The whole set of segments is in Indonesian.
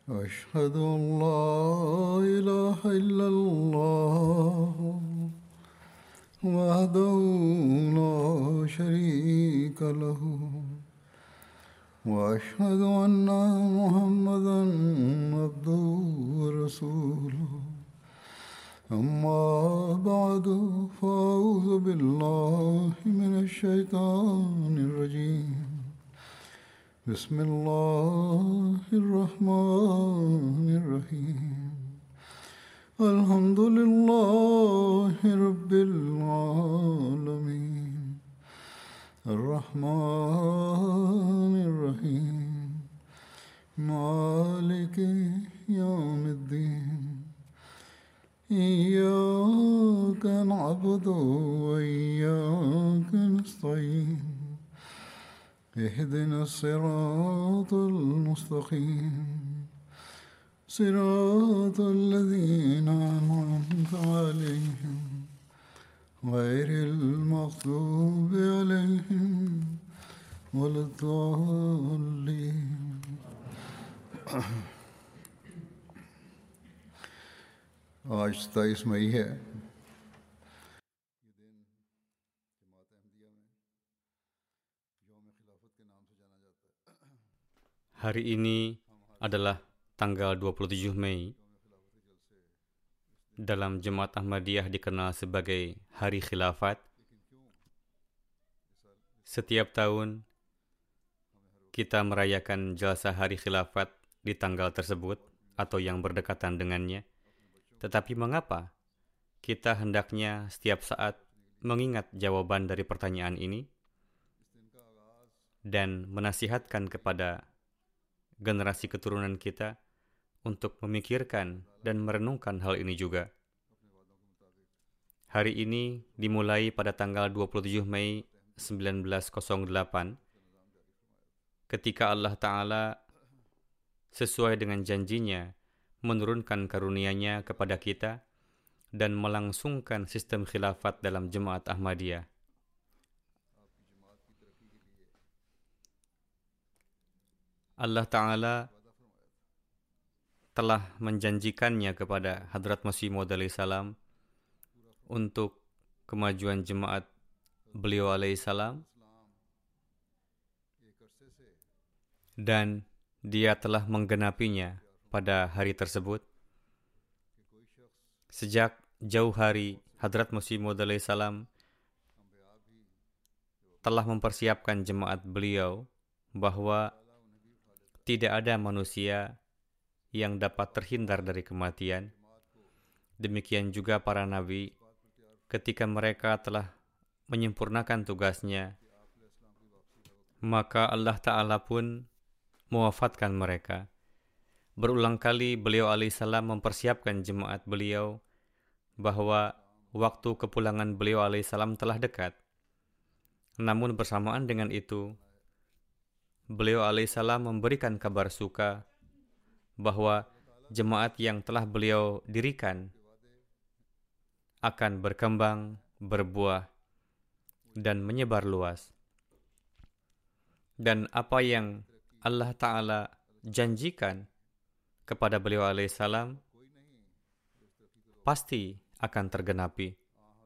أشهد أن لا إله إلا الله وحده لا شريك له وأشهد أن محمدا عبده ورسوله أما بعد فأعوذ بالله من الشيطان الرجيم بسم الله الرحمن الرحيم الحمد لله رب العالمين الرحمن الرحيم مالك يوم الدين إياك نعبد وإياك نستعين اهدنا الصراط المستقيم صراط الذين أنعمت عليهم غير المغضوب عليهم ولا الضالين आज 27 मई है। Hari ini adalah tanggal 27 Mei. Dalam Jemaat Ahmadiyah dikenal sebagai Hari Khilafat. Setiap tahun kita merayakan jalsa Hari Khilafat di tanggal tersebut atau yang berdekatan dengannya. Tetapi mengapa kita hendaknya setiap saat mengingat jawaban dari pertanyaan ini dan menasihatkan kepada generasi keturunan kita untuk memikirkan dan merenungkan hal ini juga. Hari ini dimulai pada tanggal 27 Mei 1908 ketika Allah Ta'ala sesuai dengan janjinya menurunkan karunia-Nya kepada kita dan melangsungkan sistem khilafat dalam Jemaat Ahmadiyah. Allah Ta'ala telah menjanjikannya kepada Hadrat Masih Maud alaihissalam untuk kemajuan jemaat beliau alaihissalam, dan dia telah menggenapinya pada hari tersebut. Sejak jauh hari, Hadrat Masih Maud alaihissalam telah mempersiapkan jemaat beliau bahwa tidak ada manusia yang dapat terhindar dari kematian. Demikian juga para nabi, ketika mereka telah menyempurnakan tugasnya, maka Allah Ta'ala pun mewafatkan mereka. Berulang kali beliau alaihissalam mempersiapkan jemaat beliau bahwa waktu kepulangan beliau alaihissalam telah dekat. Namun bersamaan dengan itu, beliau alaihissalam memberikan kabar suka bahwa jemaat yang telah beliau dirikan akan berkembang, berbuah, dan menyebar luas. Dan apa yang Allah Ta'ala janjikan kepada beliau alaihissalam pasti akan tergenapi.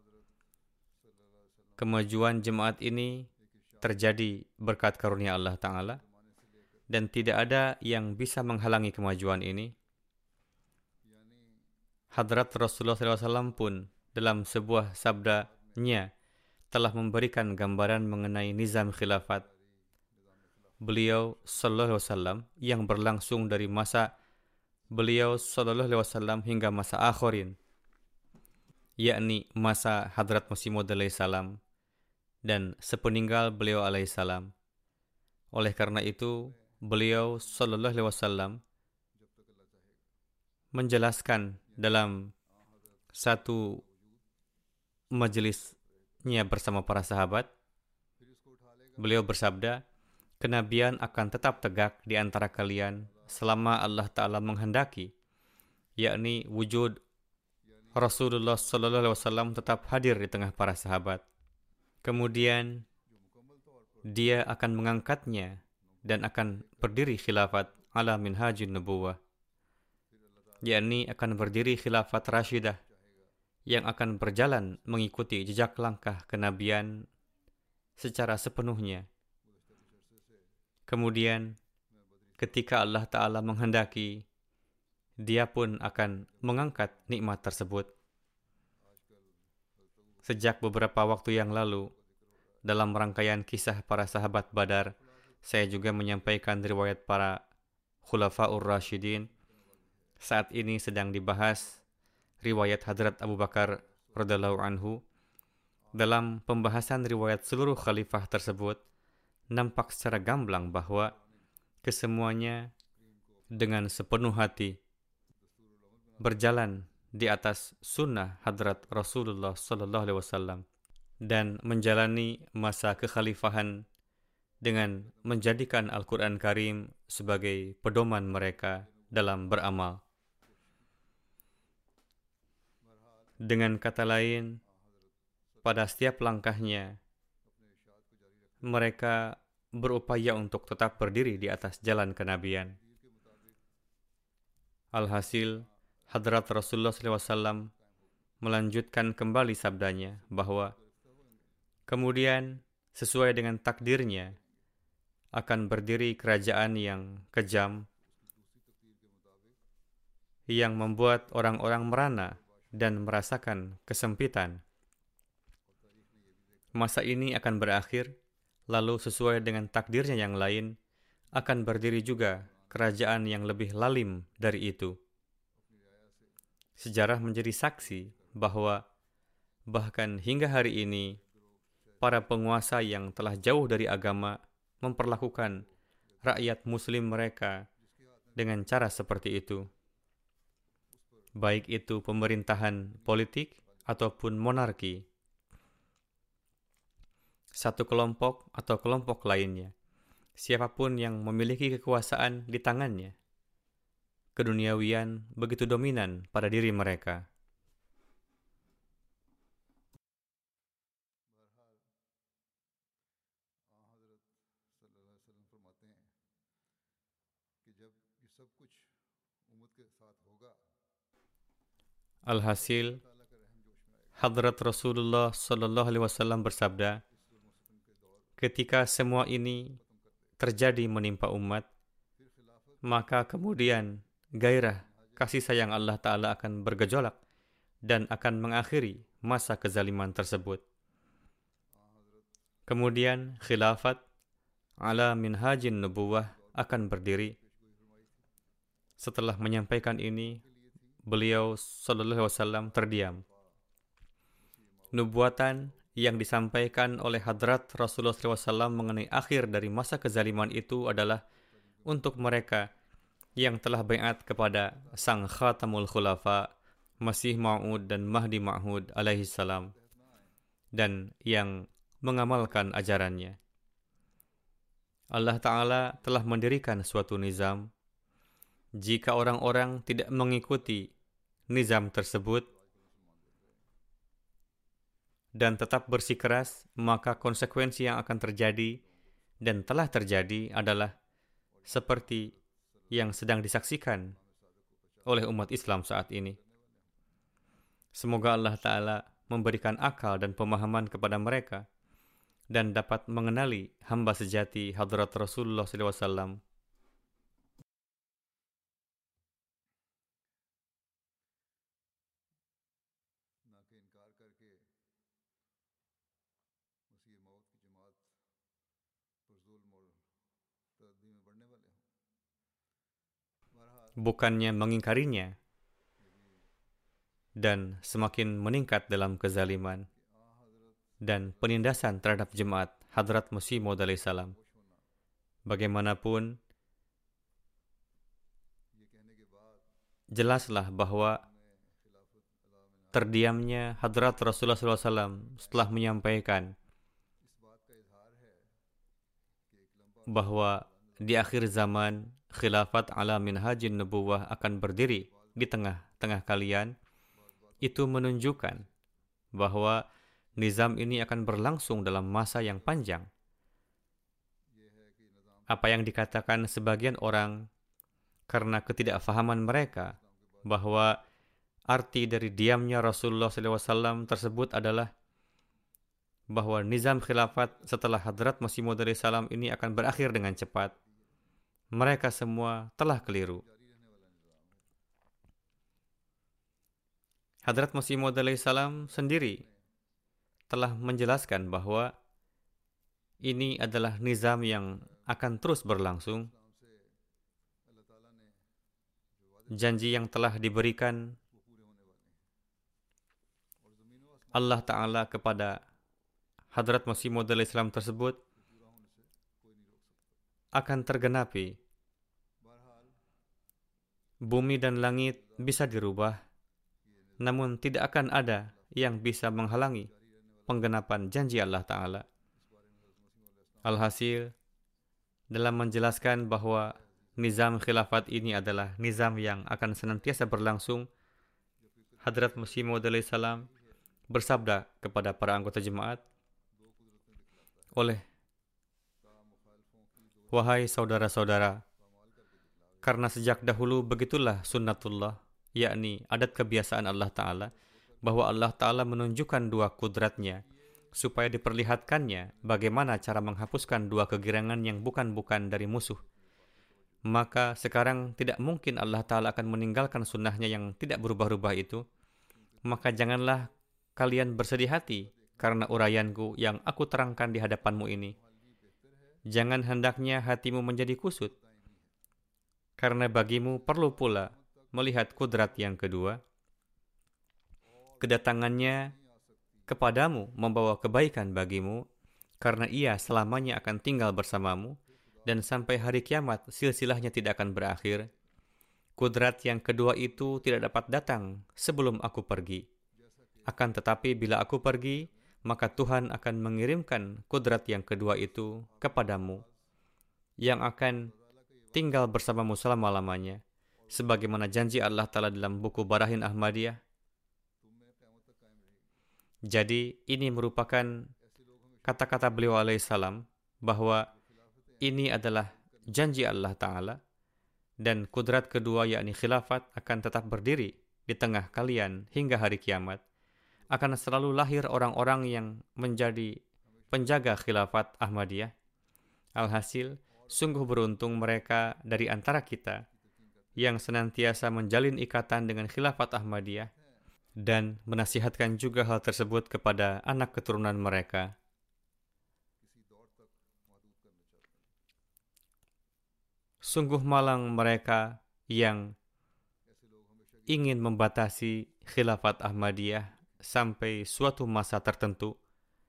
Kemajuan jemaat ini terjadi berkat karunia Allah Ta'ala, dan tidak ada yang bisa menghalangi kemajuan ini. Hadrat Rasulullah SAW pun dalam sebuah sabdanya telah memberikan gambaran mengenai nizam khilafat beliau sallallahu alaihi wasallam yang berlangsung dari masa beliau sallallahu alaihi wasallam hingga masa akhirin, yakni masa Hadrat Masih Maud alaihissalam dan sepeninggal beliau alaihissalam. Oleh karena itu, beliau sallallahu alaihi wasallam menjelaskan dalam satu majelisnya bersama para sahabat. Beliau bersabda, kenabian akan tetap tegak di antara kalian selama Allah Ta'ala menghendaki, yakni wujud Rasulullah sallallahu alaihi wasallam tetap hadir di tengah para sahabat. Kemudian dia akan mengangkatnya dan akan berdiri khilafat ala minhajun nubuwah, yakni akan berdiri khilafat Rashidah yang akan berjalan mengikuti jejak langkah kenabian secara sepenuhnya. Kemudian, ketika Allah Ta'ala menghendaki, Dia pun akan mengangkat nikmat tersebut. Sejak beberapa waktu yang lalu, dalam rangkaian kisah para sahabat Badar, saya juga menyampaikan riwayat para Khulafaur Rasyidin. Saat ini sedang dibahas riwayat Hadrat Abu Bakar radhiyallahu anhu. Dalam pembahasan riwayat seluruh khalifah tersebut, nampak secara gamblang bahwa kesemuanya dengan sepenuh hati berjalan di atas sunnah Hadrat Rasulullah Sallallahu Alaihi Wasallam dan menjalani masa kekhalifahan dengan menjadikan Al-Quran Karim sebagai pedoman mereka dalam beramal. Dengan kata lain, pada setiap langkahnya, mereka berupaya untuk tetap berdiri di atas jalan kenabian. Alhasil, Hadrat Rasulullah SAW melanjutkan kembali sabdanya bahwa kemudian sesuai dengan takdirnya akan berdiri kerajaan yang kejam yang membuat orang-orang merana dan merasakan kesempitan. Masa ini akan berakhir, lalu sesuai dengan takdirnya yang lain akan berdiri juga kerajaan yang lebih lalim dari itu. Sejarah menjadi saksi bahwa bahkan hingga hari ini para penguasa yang telah jauh dari agama memperlakukan rakyat muslim mereka dengan cara seperti itu. Baik itu pemerintahan politik ataupun monarki. Satu kelompok atau kelompok lainnya, siapapun yang memiliki kekuasaan di tangannya, keduniawian begitu dominan pada diri mereka. Alhasil, Hadrat Rasulullah Sallallahu Alaihi Wasallam bersabda, ketika semua ini terjadi menimpa umat, maka kemudian gairah kasih sayang Allah Ta'ala akan bergejolak dan akan mengakhiri masa kezaliman tersebut. Kemudian khilafat ala minhajin nubuwah akan berdiri. Setelah menyampaikan ini, beliau Sallallahu Alaihi Wasallam terdiam. Nubuatan yang disampaikan oleh Hadrat Rasulullah SAW mengenai akhir dari masa kezaliman itu adalah untuk mereka yang telah baiat kepada Sang Khatamul Khulafa, Masih Ma'ud dan Mahdi Ma'ud alaihi salam, dan yang mengamalkan ajarannya. Allah Ta'ala telah mendirikan suatu nizam. Jika orang-orang tidak mengikuti nizam tersebut dan tetap bersikeras, maka konsekuensi yang akan terjadi dan telah terjadi adalah seperti yang sedang disaksikan oleh umat Islam saat ini. Semoga Allah Ta'ala memberikan akal dan pemahaman kepada mereka dan dapat mengenali hamba sejati Hadrat Rasulullah SAW. Bukannya mengingkarinya dan semakin meningkat dalam kezaliman dan penindasan terhadap jemaat Hadrat Masih Maud alaihi salam. Bagaimanapun, jelaslah bahwa terdiamnya Hadrat Rasulullah SAW setelah menyampaikan bahwa di akhir zaman khilafat ala minhajin nubuwah akan berdiri di tengah-tengah kalian, itu menunjukkan bahwa nizam ini akan berlangsung dalam masa yang panjang. Apa yang dikatakan sebagian orang karena ketidakfahaman mereka bahwa arti dari diamnya Rasulullah SAW tersebut adalah bahwa nizam khilafat setelah Hadrat Masih Maud salam ini akan berakhir dengan cepat. Mereka semua telah keliru. Hadrat Masih Maud salam sendiri telah menjelaskan bahwa ini adalah nizam yang akan terus berlangsung. Janji yang telah diberikan Allah Ta'ala kepada Hadrat Masih Maud salam tersebut akan tergenapi. Bumi dan langit bisa dirubah, namun tidak akan ada yang bisa menghalangi penggenapan janji Allah Ta'ala. Alhasil, dalam menjelaskan bahwa nizam khilafat ini adalah nizam yang akan senantiasa berlangsung, Hadrat Masih Maud salam bersabda kepada para anggota jemaat, wahai saudara-saudara, karena sejak dahulu begitulah sunnatullah, yakni adat kebiasaan Allah Ta'ala, bahwa Allah Ta'ala menunjukkan dua kudratnya, supaya diperlihatkannya bagaimana cara menghapuskan dua kegirangan yang bukan-bukan dari musuh. Maka sekarang tidak mungkin Allah Ta'ala akan meninggalkan sunnahnya yang tidak berubah-ubah itu. Maka janganlah kalian bersedih hati karena uraianku yang aku terangkan di hadapanmu ini. Jangan hendaknya hatimu menjadi kusut, karena bagimu perlu pula melihat kudrat yang kedua. Kedatangannya kepadamu membawa kebaikan bagimu, karena ia selamanya akan tinggal bersamamu, dan sampai hari kiamat silsilahnya tidak akan berakhir. Kudrat yang kedua itu tidak dapat datang sebelum aku pergi. Akan tetapi bila aku pergi, maka Tuhan akan mengirimkan kudrat yang kedua itu kepadamu, yang akan tinggal bersamamu selama-lamanya, sebagaimana janji Allah Ta'ala dalam buku Barahin Ahmadiyah. Jadi ini merupakan kata-kata beliau alaihissalam bahwa ini adalah janji Allah Ta'ala, dan kudrat kedua yakni khilafat akan tetap berdiri di tengah kalian hingga hari kiamat. Akan selalu lahir orang-orang yang menjadi penjaga khilafat Ahmadiyah. Alhasil, sungguh beruntung mereka dari antara kita yang senantiasa menjalin ikatan dengan khilafat Ahmadiyah dan menasihatkan juga hal tersebut kepada anak keturunan mereka. Sungguh malang mereka yang ingin membatasi khilafat Ahmadiyah sampai suatu masa tertentu,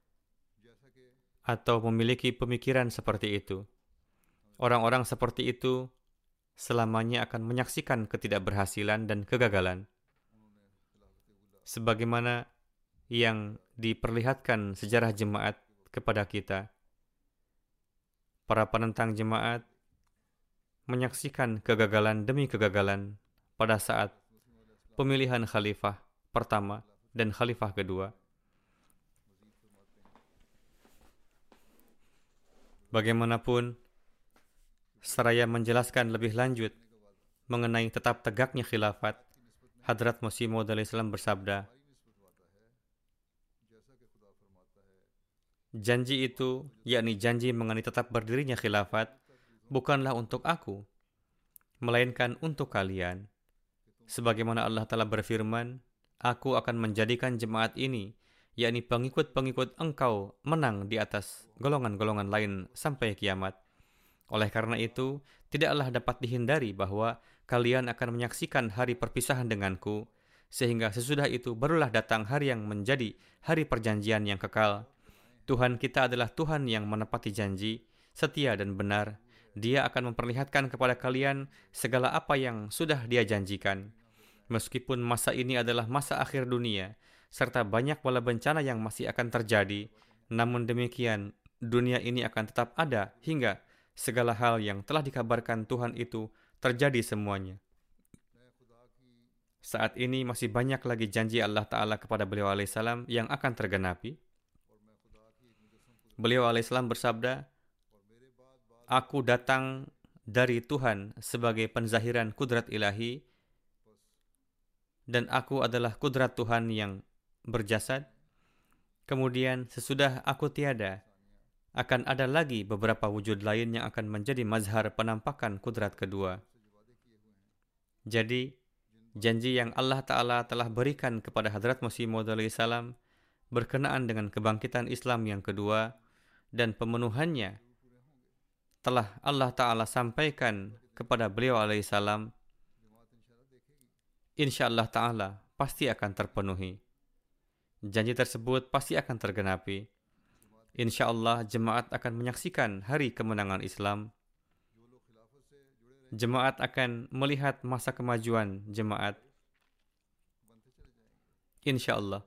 atau memiliki pemikiran seperti itu. Orang-orang seperti itu selamanya akan menyaksikan ketidakberhasilan dan kegagalan. Sebagaimana yang diperlihatkan sejarah jemaat kepada kita, para penentang jemaat menyaksikan kegagalan demi kegagalan pada saat pemilihan khalifah pertama dan khalifah kedua. Bagaimanapun, seraya menjelaskan lebih lanjut mengenai tetap tegaknya khilafat, Hadrat Masih Maud salam bersabda, janji itu, yakni janji mengenai tetap berdirinya khilafat, bukanlah untuk aku, melainkan untuk kalian. Sebagaimana Allah Ta'ala berfirman, aku akan menjadikan jemaat ini, yakni pengikut-pengikut engkau, menang di atas golongan-golongan lain sampai kiamat. Oleh karena itu, tidaklah dapat dihindari bahwa kalian akan menyaksikan hari perpisahan denganku, sehingga sesudah itu barulah datang hari yang menjadi hari perjanjian yang kekal. Tuhan kita adalah Tuhan yang menepati janji, setia dan benar. Dia akan memperlihatkan kepada kalian segala apa yang sudah Dia janjikan. Meskipun masa ini adalah masa akhir dunia, serta banyak bala bencana yang masih akan terjadi, namun demikian, dunia ini akan tetap ada hingga segala hal yang telah dikabarkan Tuhan itu terjadi semuanya. Saat ini masih banyak lagi janji Allah Ta'ala kepada beliau alaihissalam yang akan tergenapi. Beliau alaihissalam bersabda, aku datang dari Tuhan sebagai penzahiran kudrat ilahi, dan aku adalah kudrat Tuhan yang berjasad. Kemudian sesudah aku tiada, akan ada lagi beberapa wujud lain yang akan menjadi mazhar penampakan kudrat kedua. Jadi, janji yang Allah Ta'ala telah berikan kepada Hadrat Masih Maud alaihissalam berkenaan dengan kebangkitan Islam yang kedua dan pemenuhannya telah Allah Ta'ala sampaikan kepada beliau alaihissalam, insya-Allah Ta'ala pasti akan terpenuhi. Janji tersebut pasti akan tergenapi. Insya Allah jemaat akan menyaksikan hari kemenangan Islam. Jemaat akan melihat masa kemajuan jemaat. Insya Allah.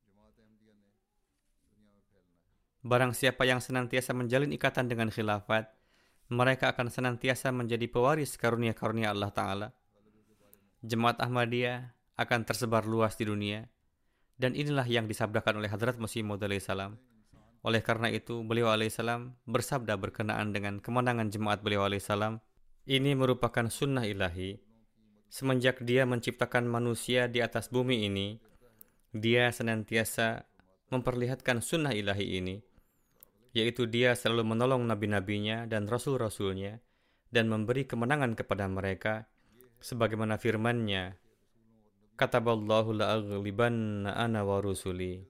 Barang siapa yang senantiasa menjalin ikatan dengan khilafat, mereka akan senantiasa menjadi pewaris karunia-karunia Allah Ta'ala. Jemaat Ahmadiyah akan tersebar luas di dunia. Dan inilah yang disabdakan oleh Hadrat Masih Maud alaihissalam. Oleh karena itu, beliau alaihissalam bersabda berkenaan dengan kemenangan jemaat beliau alaihissalam, ini merupakan sunnah ilahi. Semenjak dia menciptakan manusia di atas bumi ini, dia senantiasa memperlihatkan sunnah ilahi ini, yaitu dia selalu menolong nabi-nabinya dan rasul-rasulnya dan memberi kemenangan kepada mereka, sebagaimana firman-Nya, Kataballahu la'aghlibanna ana wa rusuli.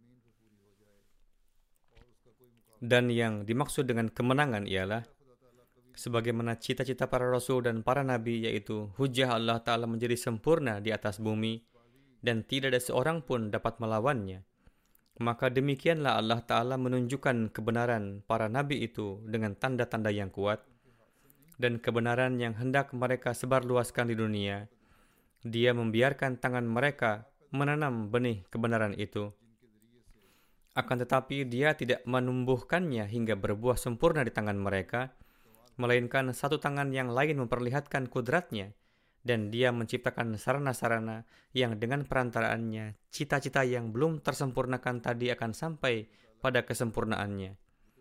Dan yang dimaksud dengan kemenangan ialah sebagaimana cita-cita para rasul dan para nabi, yaitu hujjah Allah Ta'ala menjadi sempurna di atas bumi dan tidak ada seorang pun dapat melawannya. Maka demikianlah Allah Ta'ala menunjukkan kebenaran para nabi itu dengan tanda-tanda yang kuat dan kebenaran yang hendak mereka sebarluaskan di dunia. Dia membiarkan tangan mereka menanam benih kebenaran itu. Akan tetapi dia tidak menumbuhkannya hingga berbuah sempurna di tangan mereka, melainkan satu tangan yang lain memperlihatkan kudratnya, dan dia menciptakan sarana-sarana yang dengan perantaraannya cita-cita yang belum tersempurnakan tadi akan sampai pada kesempurnaannya.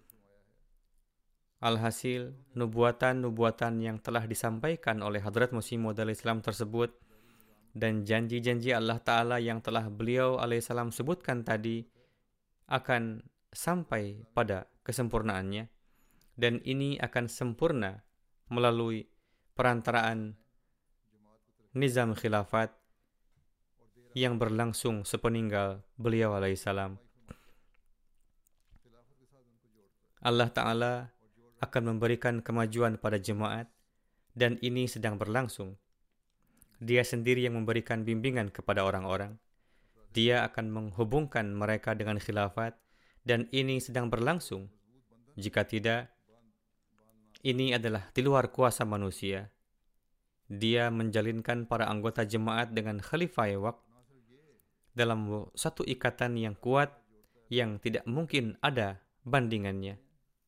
Alhasil, nubuatan-nubuatan yang telah disampaikan oleh Hadrat Masih Maud alaihissalam tersebut dan janji-janji Allah Ta'ala yang telah beliau alaihissalam sebutkan tadi akan sampai pada kesempurnaannya, dan ini akan sempurna melalui perantaraan nizam khilafat yang berlangsung sepeninggal beliau alaihissalam. Allah Ta'ala akan memberikan kemajuan pada jemaat, dan ini sedang berlangsung. Dia sendiri yang memberikan bimbingan kepada orang-orang. Dia akan menghubungkan mereka dengan khilafat, dan ini sedang berlangsung. Jika tidak, ini adalah di luar kuasa manusia. Dia menjalinkan para anggota jemaat dengan khalifah waqt dalam satu ikatan yang kuat yang tidak mungkin ada bandingannya.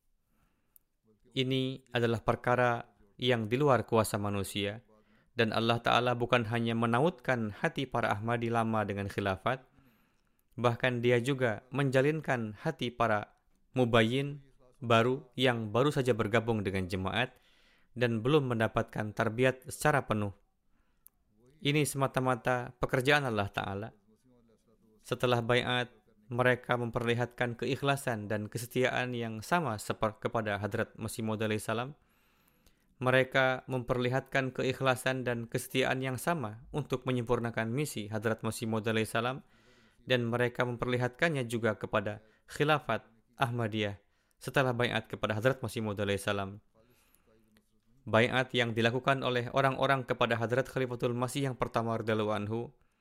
Ini adalah perkara yang di luar kuasa manusia. Dan Allah Ta'ala bukan hanya menautkan hati para Ahmadi lama dengan khilafat, bahkan dia juga menjalinkan hati para mubayyin baru yang baru saja bergabung dengan jemaat dan belum mendapatkan tarbiyat secara penuh. Ini semata-mata pekerjaan Allah Ta'ala. Setelah baiat, mereka memperlihatkan keikhlasan dan kesetiaan yang sama seperti kepada Hadrat Masih Maud alaihissalam. Mereka memperlihatkan keikhlasan dan kesetiaan yang sama untuk menyempurnakan misi Hadrat Masih Maud alaihissalam, dan mereka memperlihatkannya juga kepada khilafat Ahmadiyah setelah baiat kepada Hadrat Masih Maud alaihissalam. Baiat yang dilakukan oleh orang-orang kepada Hadrat Khalifatul Masih yang pertama radhiyallahu anhu,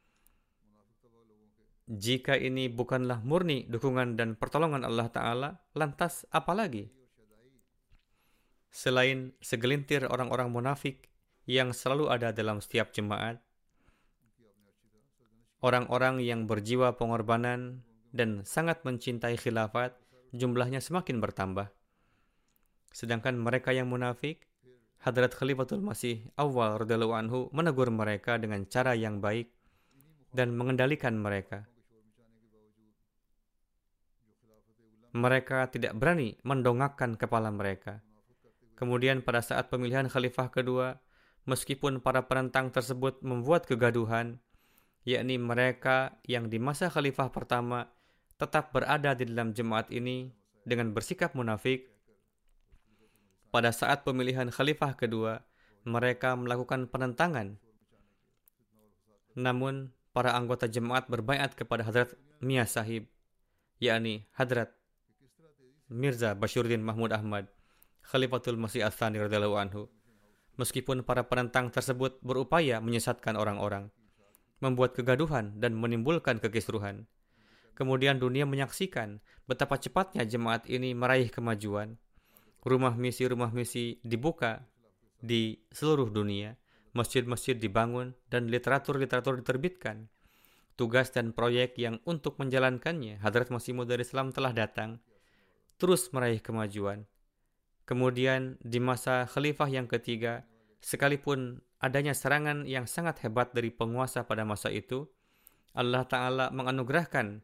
jika ini bukanlah murni dukungan dan pertolongan Allah Ta'ala, lantas apa lagi? Selain segelintir orang-orang munafik yang selalu ada dalam setiap jemaat, orang-orang yang berjiwa pengorbanan dan sangat mencintai khilafat, jumlahnya semakin bertambah. Sedangkan mereka yang munafik, Hadrat Khalifatul Masih awal radhiyallahu anhu menegur mereka dengan cara yang baik dan mengendalikan mereka. Mereka tidak berani mendongakkan kepala mereka. Kemudian pada saat pemilihan khalifah kedua, meskipun para penentang tersebut membuat kegaduhan, yakni mereka yang di masa khalifah pertama tetap berada di dalam jemaat ini dengan bersikap munafik. Pada saat pemilihan khalifah kedua, mereka melakukan penentangan. Namun, para anggota jemaat berbaiat kepada Hadrat Mia Sahib, yakni Hadrat Mirza Bashiruddin Mahmud Ahmad, Khalifatul Masih Ats-Tsani radhiyallahu anhu. Meskipun para penentang tersebut berupaya menyesatkan orang-orang, membuat kegaduhan dan menimbulkan kekisruhan. Kemudian dunia menyaksikan betapa cepatnya jemaat ini meraih kemajuan. Rumah misi dibuka di seluruh dunia, masjid-masjid dibangun, dan literatur-literatur diterbitkan. Tugas dan proyek yang untuk menjalankannya Hadrat Masih Maud Islam telah datang, terus meraih kemajuan. Kemudian di masa khalifah yang ketiga, sekalipun adanya serangan yang sangat hebat dari penguasa pada masa itu, Allah Ta'ala menganugerahkan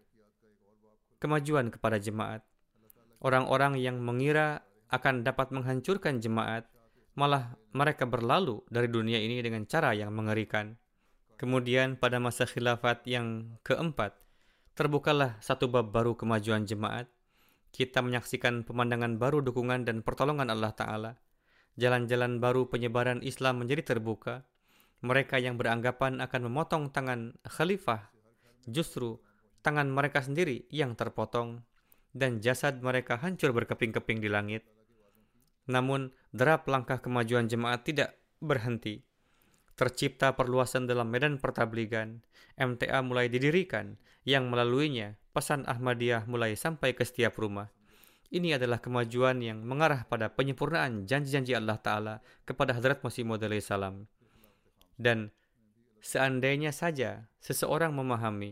kemajuan kepada jemaat. Orang-orang yang mengira akan dapat menghancurkan jemaat, malah mereka berlalu dari dunia ini dengan cara yang mengerikan. Kemudian pada masa khilafat yang keempat, terbukalah satu bab baru kemajuan jemaat. Kita menyaksikan pemandangan baru dukungan dan pertolongan Allah Ta'ala. Jalan-jalan baru penyebaran Islam menjadi terbuka. Mereka yang beranggapan akan memotong tangan khalifah, justru tangan mereka sendiri yang terpotong, dan jasad mereka hancur berkeping-keping di langit. Namun, derap langkah kemajuan jemaat tidak berhenti. Tercipta perluasan dalam medan pertabligan. MTA mulai didirikan, yang melaluinya pesan Ahmadiyah mulai sampai ke setiap rumah. Ini adalah kemajuan yang mengarah pada penyempurnaan janji-janji Allah Ta'ala kepada Hadrat Masih Maud salam. Dan seandainya saja seseorang memahami,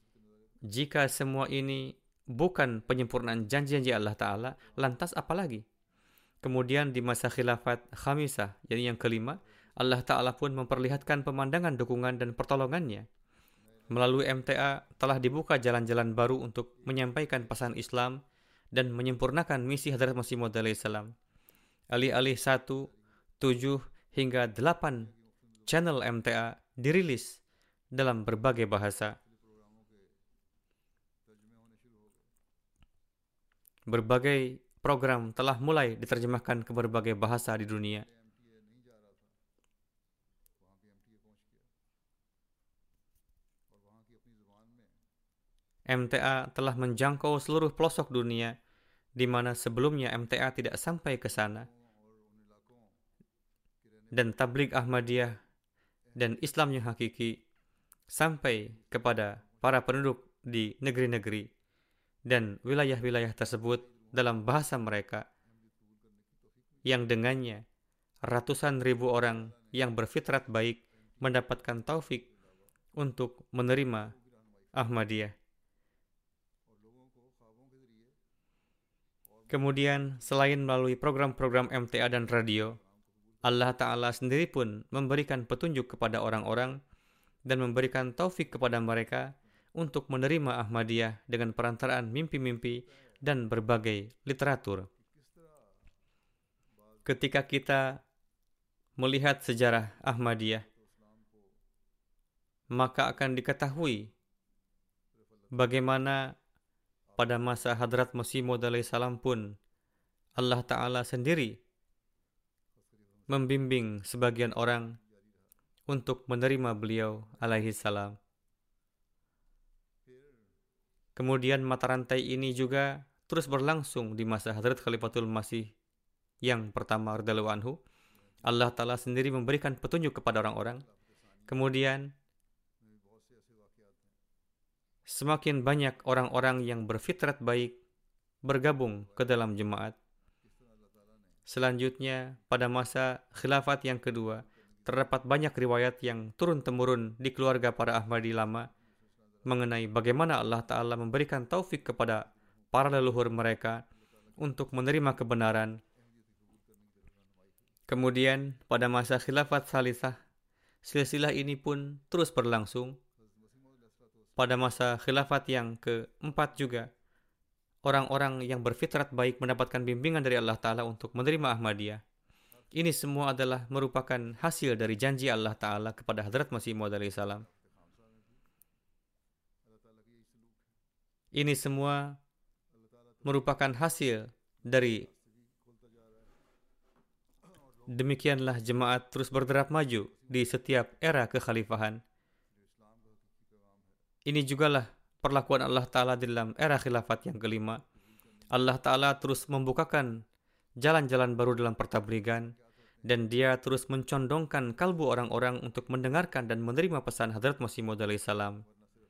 jika semua ini bukan penyempurnaan janji-janji Allah Ta'ala, lantas apa lagi? Kemudian di masa khilafat khamisah, yakni yang kelima, Allah Ta'ala pun memperlihatkan pemandangan dukungan dan pertolongannya. Melalui MTA telah dibuka jalan-jalan baru untuk menyampaikan pesan Islam dan menyempurnakan misi Hadrat Masih Maud salam. Alih-alih 1, 7, hingga 8 channel MTA dirilis dalam berbagai bahasa. Berbagai program telah mulai diterjemahkan ke berbagai bahasa di dunia. MTA telah menjangkau seluruh pelosok dunia, di mana sebelumnya MTA tidak sampai ke sana. Dan tabligh Ahmadiyah dan Islam yang hakiki sampai kepada para penduduk di negeri-negeri dan wilayah-wilayah tersebut dalam bahasa mereka, yang dengannya ratusan ribu orang yang berfitrat baik mendapatkan taufik untuk menerima Ahmadiyah. Kemudian selain melalui program-program MTA dan radio, Allah Ta'ala sendiri pun memberikan petunjuk kepada orang-orang dan memberikan taufik kepada mereka untuk menerima Ahmadiyah dengan perantaraan mimpi-mimpi dan berbagai literatur. Ketika kita melihat sejarah Ahmadiyah, maka akan diketahui bagaimana pada masa Hadrat Masih Maud salam pun Allah Ta'ala sendiri membimbing sebagian orang untuk menerima beliau alaihi salam. Kemudian mata rantai ini juga terus berlangsung di masa Hadrat Khalifatul Masih yang pertama radhiyallahu anhu. Allah Ta'ala sendiri memberikan petunjuk kepada orang-orang. Kemudian semakin banyak orang-orang yang berfitrat baik bergabung ke dalam jemaat. Selanjutnya, pada masa khilafat yang kedua, terdapat banyak riwayat yang turun-temurun di keluarga para Ahmadi lama mengenai bagaimana Allah Ta'ala memberikan taufik kepada para leluhur mereka untuk menerima kebenaran. Kemudian, pada masa khilafat salisah, silsilah ini pun terus berlangsung. Pada masa khilafat yang keempat juga, orang-orang yang berfitrat baik mendapatkan bimbingan dari Allah Ta'ala untuk menerima Ahmadiyah. Ini semua adalah merupakan hasil dari janji Allah Ta'ala kepada Hadrat Masih Maud salam. Ini semua merupakan hasil dari demikianlah jemaat terus berderap maju di setiap era kekhalifahan. Ini jugalah perlakuan Allah Ta'ala dalam era khilafat yang kelima. Allah Ta'ala terus membukakan jalan-jalan baru dalam pertabligan, dan dia terus mencondongkan kalbu orang-orang untuk mendengarkan dan menerima pesan Hadrat Masih Maud alaihissalam.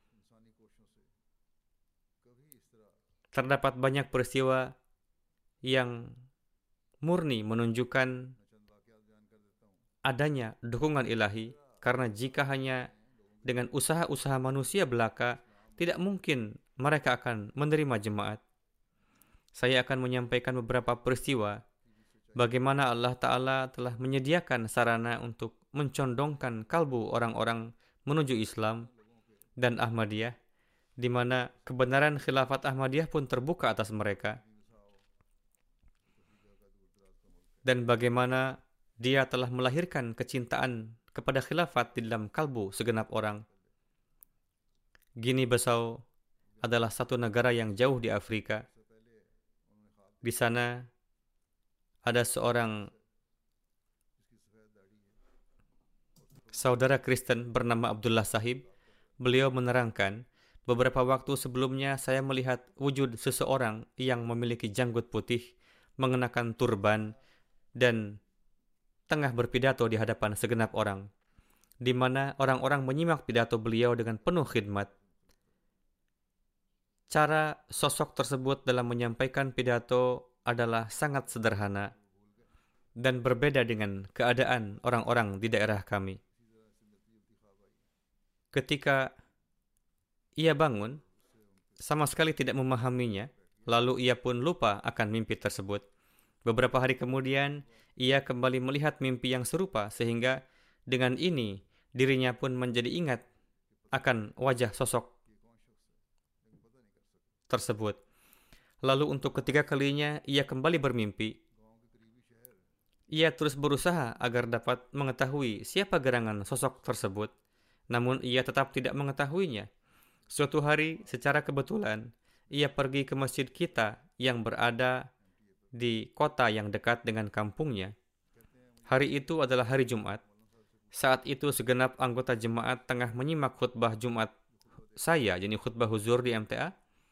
Terdapat banyak peristiwa yang murni menunjukkan adanya dukungan ilahi, karena jika hanya dengan usaha-usaha manusia belaka, tidak mungkin mereka akan menerima jemaat. Saya akan menyampaikan beberapa peristiwa bagaimana Allah Ta'ala telah menyediakan sarana untuk mencondongkan kalbu orang-orang menuju Islam dan Ahmadiyah, di mana kebenaran khilafat Ahmadiyah pun terbuka atas mereka. Dan bagaimana dia telah melahirkan kecintaan kepada khilafat di dalam kalbu segenap orang. Guinea-Bissau adalah satu negara yang jauh di Afrika. Di sana ada seorang saudara Kristen bernama Abdullah Sahib. Beliau menerangkan, beberapa waktu sebelumnya saya melihat wujud seseorang yang memiliki janggut putih, mengenakan turban, dan tengah berpidato di hadapan segenap orang, di mana orang-orang menyimak pidato beliau dengan penuh khidmat. Cara sosok tersebut dalam menyampaikan pidato adalah sangat sederhana dan berbeda dengan keadaan orang-orang di daerah kami. Ketika ia bangun, sama sekali tidak memahaminya, lalu ia pun lupa akan mimpi tersebut. Beberapa hari kemudian, ia kembali melihat mimpi yang serupa, sehingga dengan ini dirinya pun menjadi ingat akan wajah sosok tersebut. Lalu untuk ketiga kalinya ia kembali bermimpi. Ia terus berusaha agar dapat mengetahui siapa gerangan sosok tersebut, namun ia tetap tidak mengetahuinya. Suatu hari secara kebetulan ia pergi ke masjid kita yang berada di kota yang dekat dengan kampungnya. Hari itu adalah hari Jumat. Saat itu segenap anggota jemaat tengah menyimak khutbah Jumat saya, yakni khutbah huzur di MTA.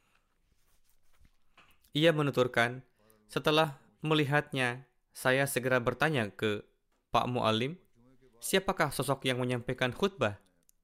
Ia menuturkan, setelah melihatnya, saya segera bertanya ke Pak Mu'alim, siapakah sosok yang menyampaikan khutbah?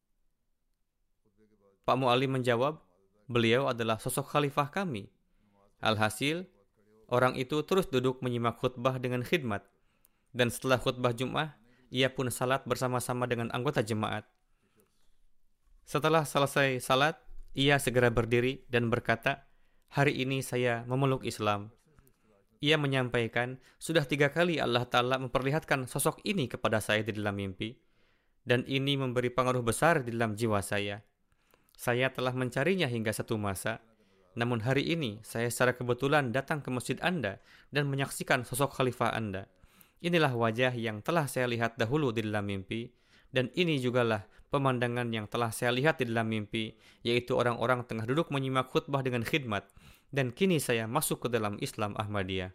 Pak Mu'alim menjawab, beliau adalah sosok khalifah kami. Alhasil, orang itu terus duduk menyimak khutbah dengan khidmat. Dan setelah khutbah Jum'ah, ia pun salat bersama-sama dengan anggota jemaat. Setelah selesai salat, ia segera berdiri dan berkata, hari ini saya memeluk Islam. Ia menyampaikan, sudah 3 kali Allah Ta'ala memperlihatkan sosok ini kepada saya di dalam mimpi. Dan ini memberi pengaruh besar di dalam jiwa saya. Saya telah mencarinya hingga satu masa. Namun hari ini, saya secara kebetulan datang ke masjid Anda dan menyaksikan sosok khalifah Anda. Inilah wajah yang telah saya lihat dahulu di dalam mimpi. Dan ini jugalah pemandangan yang telah saya lihat di dalam mimpi, yaitu orang-orang tengah duduk menyimak khutbah dengan khidmat, dan kini saya masuk ke dalam Islam Ahmadiyah.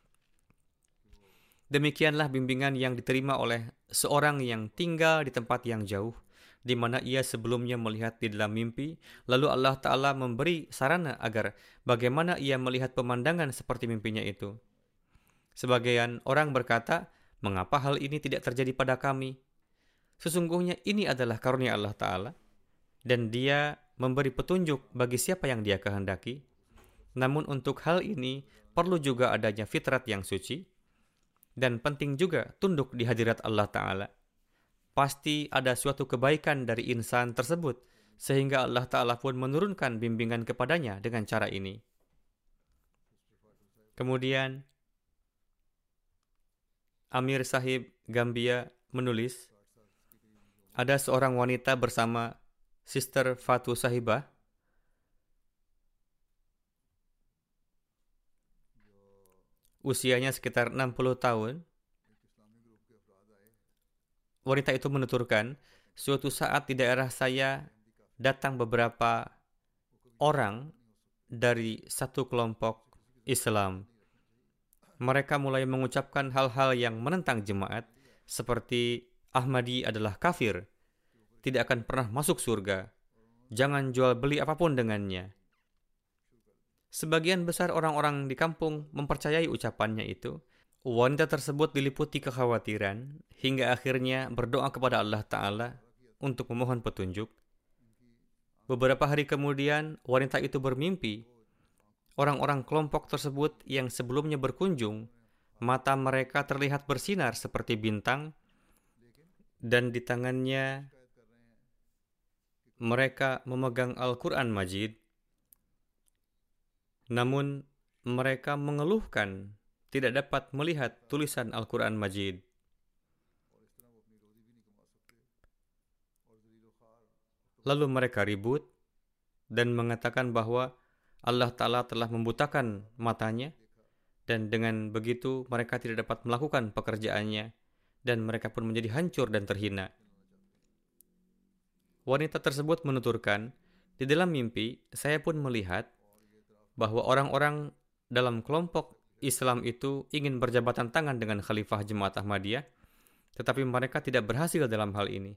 Demikianlah bimbingan yang diterima oleh seorang yang tinggal di tempat yang jauh, di mana ia sebelumnya melihat di dalam mimpi, lalu Allah Ta'ala memberi sarana agar bagaimana ia melihat pemandangan seperti mimpinya itu. Sebagian orang berkata, mengapa hal ini tidak terjadi pada kami? Sesungguhnya ini adalah karunia Allah Ta'ala, dan dia memberi petunjuk bagi siapa yang dia kehendaki. Namun untuk hal ini, perlu juga adanya fitrat yang suci, dan penting juga tunduk di hadirat Allah Ta'ala. Pasti ada suatu kebaikan dari insan tersebut, sehingga Allah Ta'ala pun menurunkan bimbingan kepadanya dengan cara ini. Kemudian, Amir Sahib Gambia menulis, ada seorang wanita bersama Sister Fatu Sahibah. Usianya sekitar 60 tahun. Wanita itu menuturkan, suatu saat di daerah saya datang beberapa orang dari satu kelompok Islam. Mereka mulai mengucapkan hal-hal yang menentang jemaat, seperti Ahmadi adalah kafir, tidak akan pernah masuk surga, jangan jual beli apapun dengannya. Sebagian besar orang-orang di kampung mempercayai ucapannya itu. Wanita tersebut diliputi kekhawatiran hingga akhirnya berdoa kepada Allah Ta'ala untuk memohon petunjuk. Beberapa hari kemudian, wanita itu bermimpi. Orang-orang kelompok tersebut yang sebelumnya berkunjung, mata mereka terlihat bersinar seperti bintang, dan di tangannya mereka memegang Al-Quran Majid. Namun, mereka mengeluhkan tidak dapat melihat tulisan Al-Quran Majid. Lalu mereka ribut dan mengatakan bahwa Allah Ta'ala telah membutakan matanya, dan dengan begitu mereka tidak dapat melakukan pekerjaannya, dan mereka pun menjadi hancur dan terhina. Wanita tersebut menuturkan, di dalam mimpi saya pun melihat bahwa orang-orang dalam kelompok Islam itu ingin berjabatan tangan dengan Khalifah Jemaat Ahmadiyah, tetapi mereka tidak berhasil dalam hal ini.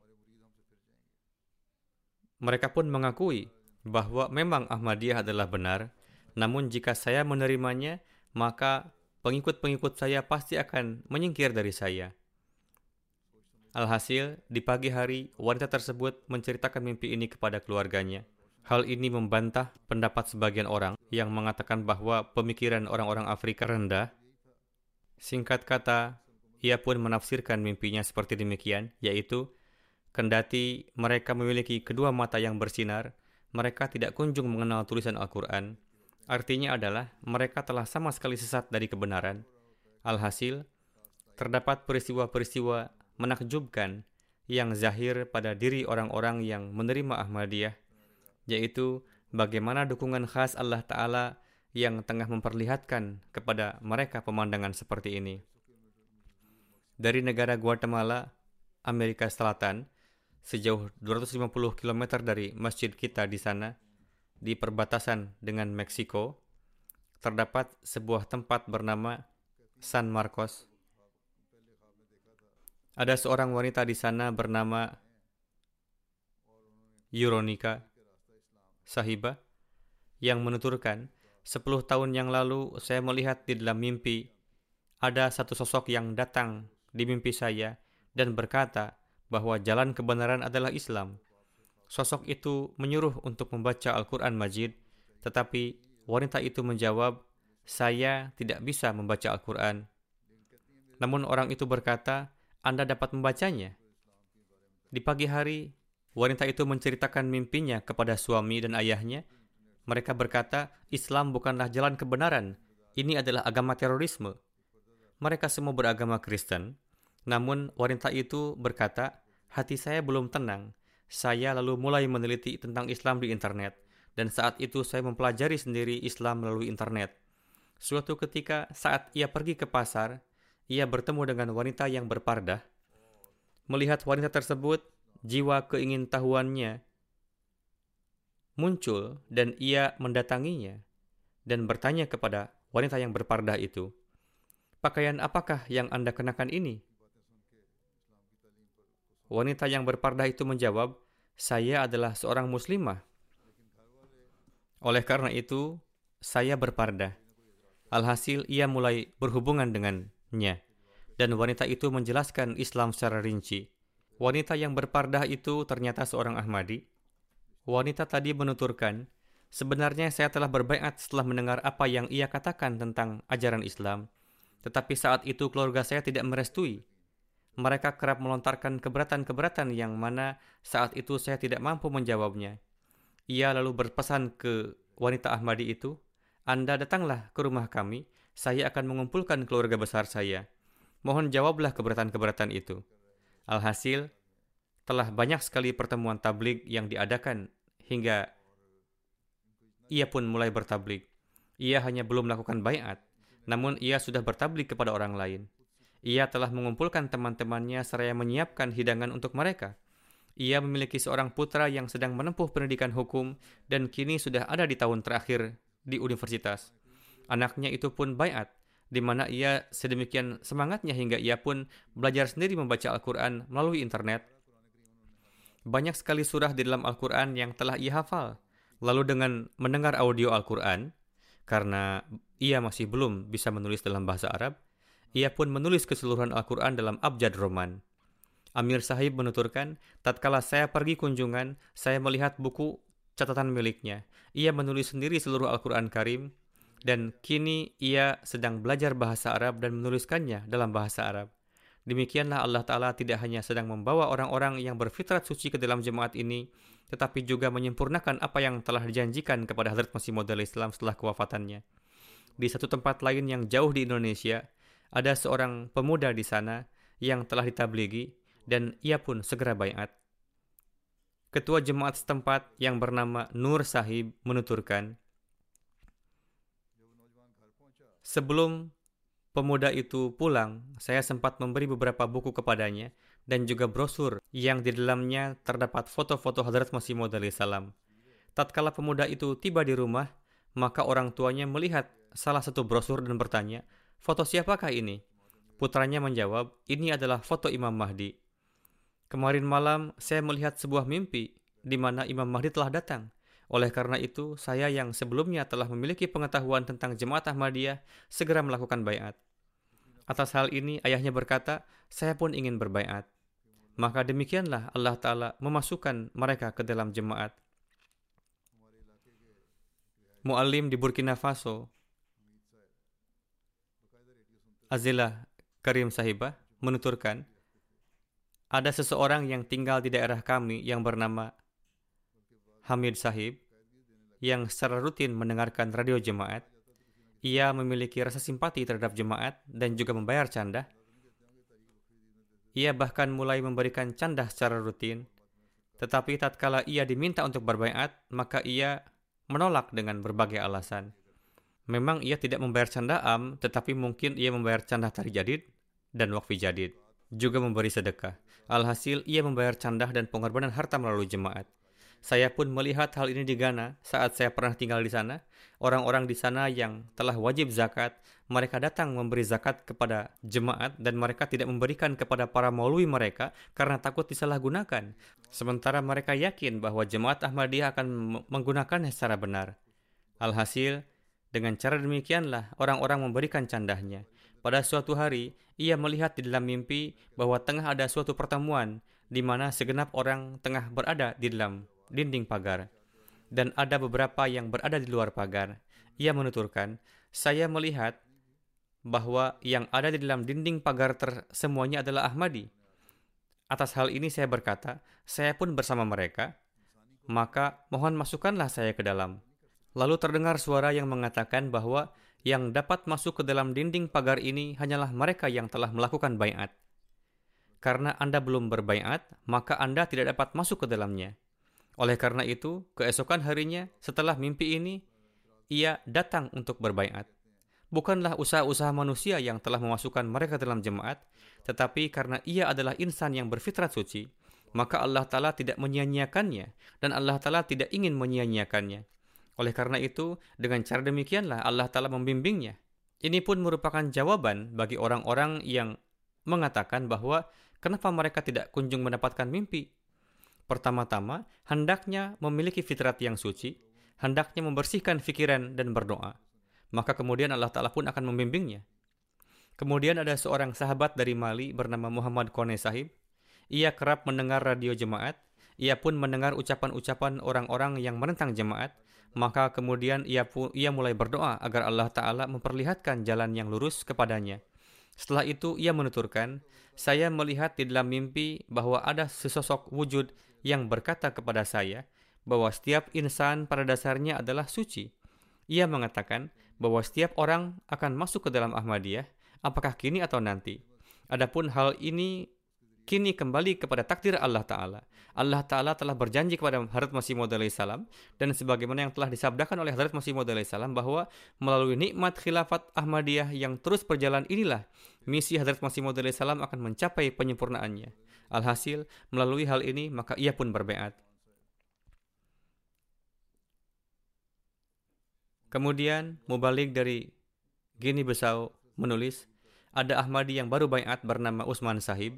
Mereka pun mengakui bahwa memang Ahmadiyah adalah benar, namun jika saya menerimanya, maka pengikut-pengikut saya pasti akan menyingkir dari saya. Alhasil, di pagi hari, wanita tersebut menceritakan mimpi ini kepada keluarganya. Hal ini membantah pendapat sebagian orang yang mengatakan bahwa pemikiran orang-orang Afrika rendah. Singkat kata, ia pun menafsirkan mimpinya seperti demikian, yaitu, kendati mereka memiliki kedua mata yang bersinar, mereka tidak kunjung mengenal tulisan Al-Quran. Artinya adalah mereka telah sama sekali sesat dari kebenaran. Alhasil, terdapat peristiwa-peristiwa menakjubkan yang zahir pada diri orang-orang yang menerima Ahmadiyah, yaitu bagaimana dukungan khas Allah Ta'ala yang tengah memperlihatkan kepada mereka pemandangan seperti ini. Dari negara Guatemala, Amerika Selatan, sejauh 250 km dari masjid kita di sana, di perbatasan dengan Meksiko, terdapat sebuah tempat bernama San Marcos. Ada seorang wanita di sana bernama Yuronika Sahiba yang menuturkan, 10 tahun yang lalu saya melihat di dalam mimpi ada satu sosok yang datang di mimpi saya dan berkata bahwa jalan kebenaran adalah Islam. Sosok itu menyuruh untuk membaca Al-Quran Majid, tetapi wanita itu menjawab, saya tidak bisa membaca Al-Quran. Namun orang itu berkata, Anda dapat membacanya. Di pagi hari, wanita itu menceritakan mimpinya kepada suami dan ayahnya. Mereka berkata, Islam bukanlah jalan kebenaran. Ini adalah agama terorisme. Mereka semua beragama Kristen. Namun wanita itu berkata, hati saya belum tenang. Saya lalu mulai meneliti tentang Islam di internet. Dan saat itu saya mempelajari sendiri Islam melalui internet. Suatu ketika saat ia pergi ke pasar, ia bertemu dengan wanita yang berpardah. Melihat wanita tersebut, jiwa keingintahuannya muncul dan ia mendatanginya dan bertanya kepada wanita yang berpardah itu, pakaian apakah yang Anda kenakan ini? Wanita yang berpardah itu menjawab, saya adalah seorang muslimah. Oleh karena itu, saya berpardah. Alhasil ia mulai berhubungan dengannya dan wanita itu menjelaskan Islam secara rinci. Wanita yang berpardah itu ternyata seorang Ahmadi. Wanita tadi menuturkan, sebenarnya saya telah berbaiat setelah mendengar apa yang ia katakan tentang ajaran Islam. Tetapi saat itu keluarga saya tidak merestui. Mereka kerap melontarkan keberatan-keberatan yang mana saat itu saya tidak mampu menjawabnya. Ia lalu berpesan ke wanita Ahmadi itu, Anda datanglah ke rumah kami, saya akan mengumpulkan keluarga besar saya. Mohon jawablah keberatan-keberatan itu. Alhasil, telah banyak sekali pertemuan tabligh yang diadakan hingga ia pun mulai bertabligh. Ia hanya belum melakukan baiat, namun ia sudah bertabligh kepada orang lain. Ia telah mengumpulkan teman-temannya seraya menyiapkan hidangan untuk mereka. Ia memiliki seorang putra yang sedang menempuh pendidikan hukum dan kini sudah ada di tahun terakhir di universitas. Anaknya itu pun baiat, di mana ia sedemikian semangatnya hingga ia pun belajar sendiri membaca Al-Quran melalui internet. Banyak sekali surah di dalam Al-Quran yang telah ia hafal. Lalu dengan mendengar audio Al-Quran, karena ia masih belum bisa menulis dalam bahasa Arab, ia pun menulis keseluruhan Al-Quran dalam abjad Roman. Amir Sahib menuturkan, tatkala saya pergi kunjungan, saya melihat buku catatan miliknya. Ia menulis sendiri seluruh Al-Quran Karim, dan kini ia sedang belajar bahasa Arab dan menuliskannya dalam bahasa Arab. Demikianlah Allah Ta'ala tidak hanya sedang membawa orang-orang yang berfitrat suci ke dalam jemaat ini, tetapi juga menyempurnakan apa yang telah dijanjikan kepada Hazrat Masih Maud Islam setelah kewafatannya. Di satu tempat lain yang jauh di Indonesia, ada seorang pemuda di sana yang telah ditabligi, dan ia pun segera baiat. Ketua jemaat setempat yang bernama Nur Sahib menuturkan, sebelum pemuda itu pulang, saya sempat memberi beberapa buku kepadanya dan juga brosur yang di dalamnya terdapat foto-foto Hazrat Masih Maud salam. Tatkala pemuda itu tiba di rumah, maka orang tuanya melihat salah satu brosur dan bertanya, foto siapakah ini? Putranya menjawab, ini adalah foto Imam Mahdi. Kemarin malam saya melihat sebuah mimpi di mana Imam Mahdi telah datang. Oleh karena itu, saya yang sebelumnya telah memiliki pengetahuan tentang Jemaat Ahmadiyah segera melakukan baiat. Atas hal ini, ayahnya berkata, saya pun ingin berbaiat. Maka demikianlah Allah Ta'ala memasukkan mereka ke dalam jemaat. Muallim di Burkina Faso, Azilah Karim Sahibah, menuturkan, ada seseorang yang tinggal di daerah kami yang bernama Hamid Sahib, yang secara rutin mendengarkan radio jemaat. Ia memiliki rasa simpati terhadap jemaat dan juga membayar canda. Ia bahkan mulai memberikan canda secara rutin. Tetapi tatkala ia diminta untuk berbaiat, maka ia menolak dengan berbagai alasan. Memang ia tidak membayar canda am, tetapi mungkin ia membayar canda tarik jadid dan wakfi jadid. Juga memberi sedekah. Alhasil, ia membayar candah dan pengorbanan harta melalui jemaat. Saya pun melihat hal ini di Ghana saat saya pernah tinggal di sana. Orang-orang di sana yang telah wajib zakat, mereka datang memberi zakat kepada jemaat dan mereka tidak memberikan kepada para maulwi mereka karena takut disalahgunakan. Sementara mereka yakin bahwa Jemaat Ahmadiyah akan menggunakannya secara benar. Alhasil, dengan cara demikianlah orang-orang memberikan candahnya. Pada suatu hari, ia melihat di dalam mimpi bahwa tengah ada suatu pertemuan di mana segenap orang tengah berada di dalam dinding pagar dan ada beberapa yang berada di luar pagar. Ia menuturkan, saya melihat bahwa yang ada di dalam dinding pagar semuanya adalah Ahmadi. Atas hal ini saya berkata, saya pun bersama mereka, maka mohon masukkanlah saya ke dalam. Lalu terdengar suara yang mengatakan bahwa yang dapat masuk ke dalam dinding pagar ini hanyalah mereka yang telah melakukan baiat. Karena Anda belum berbaiat, maka Anda tidak dapat masuk ke dalamnya. Oleh karena itu, keesokan harinya setelah mimpi ini, ia datang untuk berbaiat. Bukanlah usaha-usaha manusia yang telah memasukkan mereka dalam jemaat, tetapi karena ia adalah insan yang berfitrat suci, maka Allah Ta'ala tidak menyia-nyiakannya, dan Allah Ta'ala tidak ingin menyia-nyiakannya. Oleh karena itu, dengan cara demikianlah Allah Ta'ala membimbingnya. Ini pun merupakan jawaban bagi orang-orang yang mengatakan bahwa kenapa mereka tidak kunjung mendapatkan mimpi. Pertama-tama, hendaknya memiliki fitrat yang suci, hendaknya membersihkan fikiran dan berdoa. Maka kemudian Allah Ta'ala pun akan membimbingnya. Kemudian ada seorang sahabat dari Mali bernama Muhammad Kone Sahib. Ia kerap mendengar radio jemaat. Ia pun mendengar ucapan-ucapan orang-orang yang menentang jemaat. Maka kemudian ia mulai berdoa agar Allah Ta'ala memperlihatkan jalan yang lurus kepadanya. Setelah itu ia menuturkan, saya melihat di dalam mimpi bahwa ada sesosok wujud yang berkata kepada saya bahwa setiap insan pada dasarnya adalah suci. Ia mengatakan bahwa setiap orang akan masuk ke dalam Ahmadiyah, apakah kini atau nanti. Adapun hal ini kini kembali kepada takdir Allah Ta'ala. Allah Ta'ala telah berjanji kepada Hazrat Masih Maud salam dan sebagaimana yang telah disabdakan oleh Hazrat Masih Maud salam bahwa melalui nikmat khilafat Ahmadiyah yang terus berjalan inilah misi Hazrat Masih Maud salam akan mencapai penyempurnaannya. Alhasil, melalui hal ini maka ia pun berbaiat. Kemudian Mubalik dari Gini Bissau menulis, ada Ahmadi yang baru baiat bernama Usman Sahib.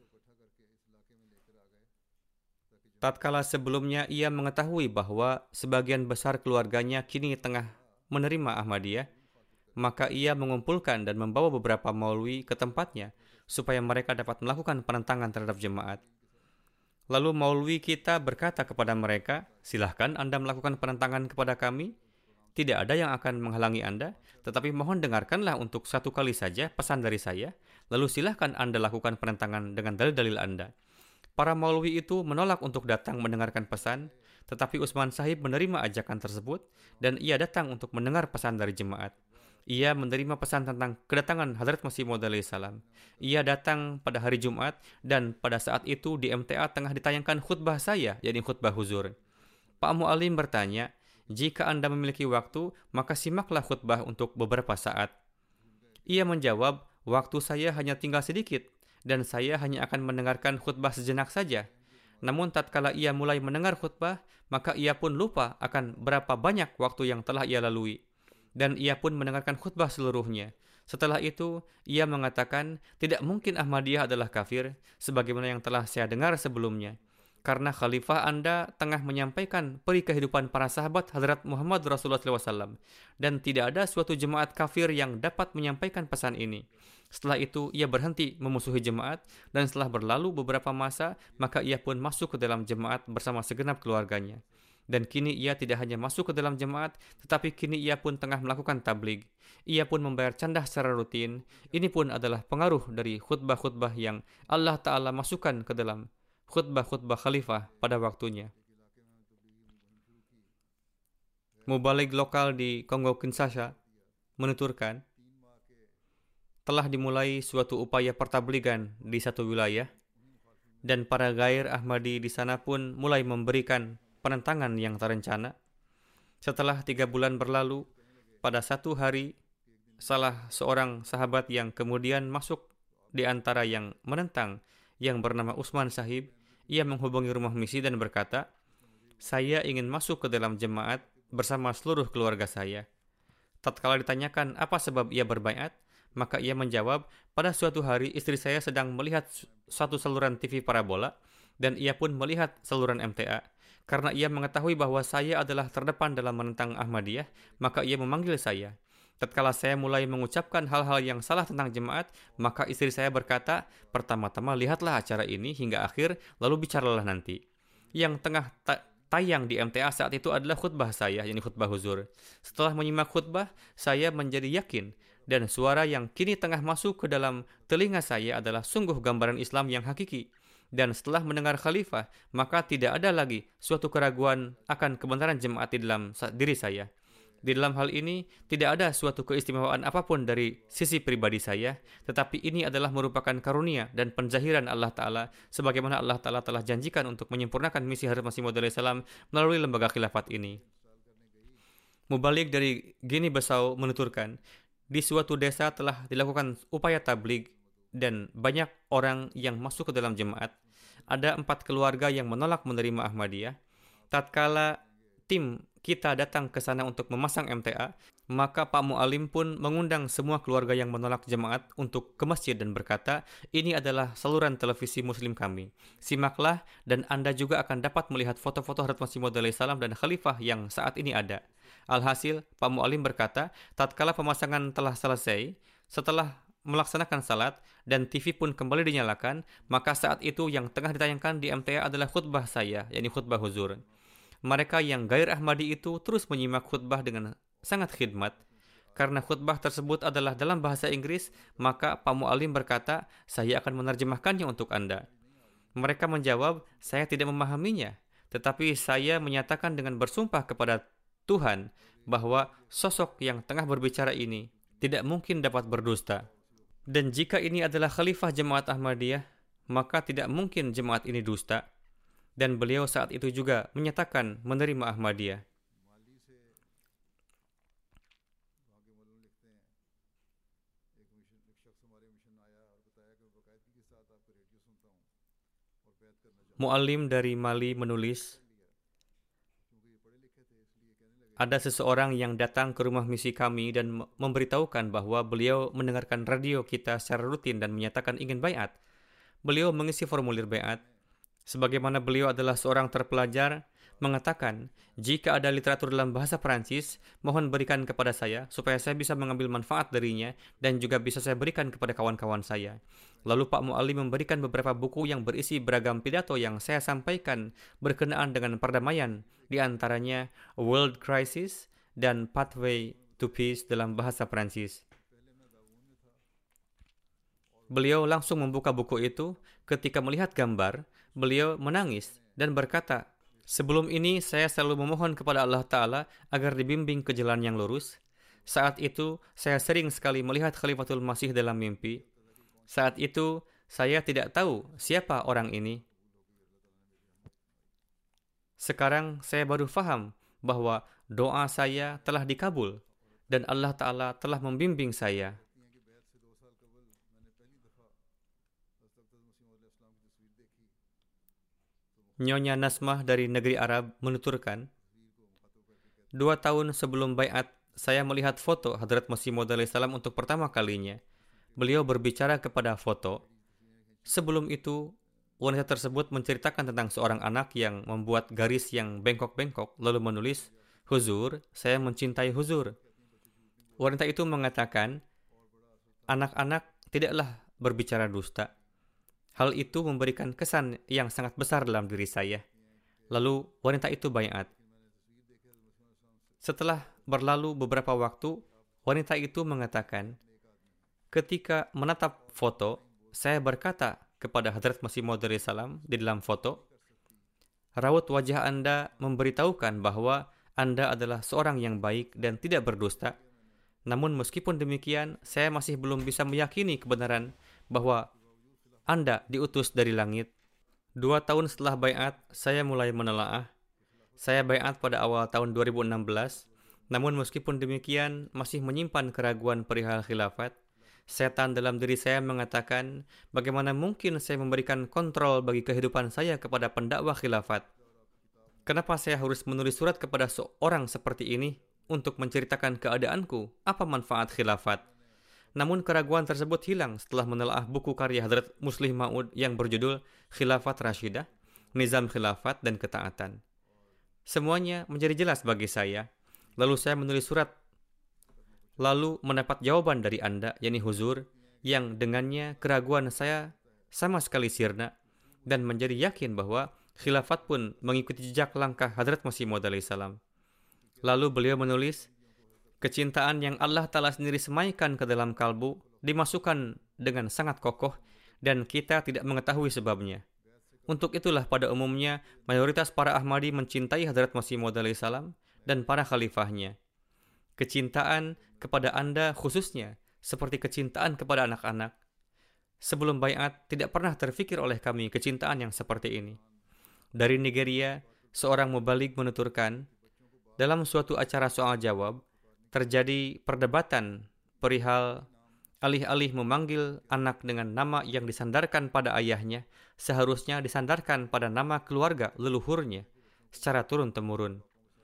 Tatkala sebelumnya ia mengetahui bahwa sebagian besar keluarganya kini tengah menerima Ahmadiyah, maka ia mengumpulkan dan membawa beberapa maulwi ke tempatnya supaya mereka dapat melakukan penentangan terhadap jemaat. Lalu maulwi kita berkata kepada mereka, silahkan Anda melakukan penentangan kepada kami. Tidak ada yang akan menghalangi Anda, tetapi mohon dengarkanlah untuk satu kali saja pesan dari saya, lalu silahkan Anda lakukan penentangan dengan dalil-dalil Anda. Para maulwi itu menolak untuk datang mendengarkan pesan, tetapi Usman Sahib menerima ajakan tersebut dan ia datang untuk mendengar pesan dari jemaat. Ia menerima pesan tentang kedatangan Hadrat Masih Maud alaihissalam. Ia datang pada hari Jumat dan pada saat itu di MTA tengah ditayangkan khutbah saya, yakni khutbah huzur. Pak Mu'alim bertanya, jika Anda memiliki waktu, maka simaklah khutbah untuk beberapa saat. Ia menjawab, waktu saya hanya tinggal sedikit, dan saya hanya akan mendengarkan khutbah sejenak saja. Namun tatkala ia mulai mendengar khutbah, maka ia pun lupa akan berapa banyak waktu yang telah ia lalui. Dan ia pun mendengarkan khutbah seluruhnya. Setelah itu, ia mengatakan, tidak mungkin Ahmadiyah adalah kafir, sebagaimana yang telah saya dengar sebelumnya. Karena khalifah Anda tengah menyampaikan peri kehidupan para sahabat Hadrat Muhammad Rasulullah SAW. Dan tidak ada suatu jemaat kafir yang dapat menyampaikan pesan ini. Setelah itu, ia berhenti memusuhi jemaat, dan setelah berlalu beberapa masa, maka ia pun masuk ke dalam jemaat bersama segenap keluarganya. Dan kini ia tidak hanya masuk ke dalam jemaat, tetapi kini ia pun tengah melakukan tabligh. Ia pun membayar candah secara rutin. Ini pun adalah pengaruh dari khutbah-khutbah yang Allah Ta'ala masukkan ke dalam khutbah-khutbah khalifah pada waktunya. Mubalik lokal di Kongo Kinshasa menuturkan, telah dimulai suatu upaya pertabligan di satu wilayah, dan para gair Ahmadi di sana pun mulai memberikan penentangan yang terencana. Setelah 3 bulan berlalu, pada satu hari, salah seorang sahabat yang kemudian masuk di antara yang menentang, yang bernama Usman Sahib, ia menghubungi rumah misi dan berkata, saya ingin masuk ke dalam jemaat bersama seluruh keluarga saya. Tatkala ditanyakan apa sebab ia berbaiat, maka ia menjawab, pada suatu hari istri saya sedang melihat satu saluran TV parabola dan ia pun melihat saluran MTA. Karena ia mengetahui bahwa saya adalah terdepan dalam menentang Ahmadiyah, maka ia memanggil saya. Tatkala saya mulai mengucapkan hal-hal yang salah tentang jemaat, maka istri saya berkata, pertama-tama lihatlah acara ini hingga akhir, lalu bicaralah nanti. Yang tengah tayang di MTA saat itu adalah khutbah saya, yakni khutbah huzur. Setelah menyimak khutbah, saya menjadi yakin dan suara yang kini tengah masuk ke dalam telinga saya adalah sungguh gambaran Islam yang hakiki. Dan setelah mendengar khalifah, maka tidak ada lagi suatu keraguan akan kebenaran jemaat di dalam diri saya. Di dalam hal ini, tidak ada suatu keistimewaan apapun dari sisi pribadi saya, tetapi ini adalah merupakan karunia dan penzahiran Allah Ta'ala, sebagaimana Allah Ta'ala telah janjikan untuk menyempurnakan misi Hadrat Masih Maud alaihissalam melalui lembaga khilafat ini. Mubalik dari Gini Bissau menuturkan, di suatu desa telah dilakukan upaya tabligh dan banyak orang yang masuk ke dalam jemaat. Ada 4 keluarga yang menolak menerima Ahmadiyah. Tatkala tim kita datang ke sana untuk memasang MTA, maka Pak Mu'alim pun mengundang semua keluarga yang menolak jemaat untuk ke masjid dan berkata, ini adalah saluran televisi muslim kami. Simaklah dan Anda juga akan dapat melihat foto-foto Hadrat Masih Maud alaihissalam dan khalifah yang saat ini ada. Alhasil, Pak Mu'alim berkata, tatkala pemasangan telah selesai, setelah melaksanakan salat dan TV pun kembali dinyalakan, maka saat itu yang tengah ditayangkan di MTA adalah khutbah saya, yakni khutbah huzur. Mereka yang gair Ahmadi itu terus menyimak khutbah dengan sangat khidmat. Karena khutbah tersebut adalah dalam bahasa Inggris, maka Pak Mu'alim berkata, saya akan menerjemahkannya untuk Anda. Mereka menjawab, saya tidak memahaminya, tetapi saya menyatakan dengan bersumpah kepada Tuhan bahwa sosok yang tengah berbicara ini tidak mungkin dapat berdusta. Dan jika ini adalah khalifah jemaat Ahmadiyah, maka tidak mungkin jemaat ini dusta. Dan beliau saat itu juga menyatakan menerima Ahmadiyah. Mu'alim dari Mali menulis, ada seseorang yang datang ke rumah misi kami dan memberitahukan bahwa beliau mendengarkan radio kita secara rutin dan menyatakan ingin baiat. Beliau mengisi formulir baiat. Sebagaimana beliau adalah seorang terpelajar, mengatakan, jika ada literatur dalam bahasa Perancis, mohon berikan kepada saya supaya saya bisa mengambil manfaat darinya dan juga bisa saya berikan kepada kawan-kawan saya. Lalu Pak Mu'allim memberikan beberapa buku yang berisi beragam pidato yang saya sampaikan berkenaan dengan perdamaian, di antaranya World Crisis dan Pathway to Peace dalam bahasa Perancis. Beliau langsung membuka buku itu. Ketika melihat gambar, beliau menangis dan berkata, sebelum ini saya selalu memohon kepada Allah Ta'ala agar dibimbing ke jalan yang lurus. Saat itu, saya sering sekali melihat Khalifatul Masih dalam mimpi. Saat itu, saya tidak tahu siapa orang ini. Sekarang saya baru faham bahwa doa saya telah dikabul dan Allah Ta'ala telah membimbing saya. Nyonya Nasmah dari negeri Arab menuturkan, 2 tahun sebelum baiat, saya melihat foto Hadrat Masih Maud salam untuk pertama kalinya. Beliau berbicara kepada foto. Sebelum itu, wanita tersebut menceritakan tentang seorang anak yang membuat garis yang bengkok-bengkok, lalu menulis, Huzur, saya mencintai Huzur. Wanita itu mengatakan, anak-anak tidaklah berbicara dusta. Hal itu memberikan kesan yang sangat besar dalam diri saya. Lalu wanita itu baiat. Setelah berlalu beberapa waktu, wanita itu mengatakan, ketika menatap foto, saya berkata kepada Hadrat Masih Maud salam di dalam foto, raut wajah Anda memberitahukan bahwa Anda adalah seorang yang baik dan tidak berdusta. Namun meskipun demikian, saya masih belum bisa meyakini kebenaran bahwa Anda diutus dari langit. 2 tahun setelah baiat, saya mulai menelaah. Saya baiat pada awal tahun 2016, namun meskipun demikian, masih menyimpan keraguan perihal khilafat. Setan dalam diri saya mengatakan, bagaimana mungkin saya memberikan kontrol bagi kehidupan saya kepada pendakwah khilafat? Kenapa saya harus menulis surat kepada seorang seperti ini untuk menceritakan keadaanku? Apa manfaat khilafat? Namun keraguan tersebut hilang setelah menelaah buku karya Hadrat Muslih Ma'ud yang berjudul Khilafat Rashidah, Nizam Khilafat dan Ketaatan. Semuanya menjadi jelas bagi saya. Lalu saya menulis surat, lalu mendapat jawaban dari Anda, yakni Huzur, yang dengannya keraguan saya sama sekali sirna dan menjadi yakin bahwa khilafat pun mengikuti jejak langkah Hadrat Masih Maud salam. Lalu beliau menulis, kecintaan yang Allah Ta'ala sendiri semaikan ke dalam kalbu dimasukkan dengan sangat kokoh dan kita tidak mengetahui sebabnya. Untuk itulah pada umumnya mayoritas para Ahmadi mencintai Hadrat Masih Maud salam dan para khalifahnya. Kecintaan kepada Anda khususnya seperti kecintaan kepada anak-anak. Sebelum baiat tidak pernah terfikir oleh kami kecintaan yang seperti ini. Dari Nigeria, seorang mubaligh menuturkan, dalam suatu acara soal jawab, terjadi perdebatan perihal alih-alih memanggil anak dengan nama yang disandarkan pada ayahnya, seharusnya disandarkan pada nama keluarga leluhurnya secara turun-temurun.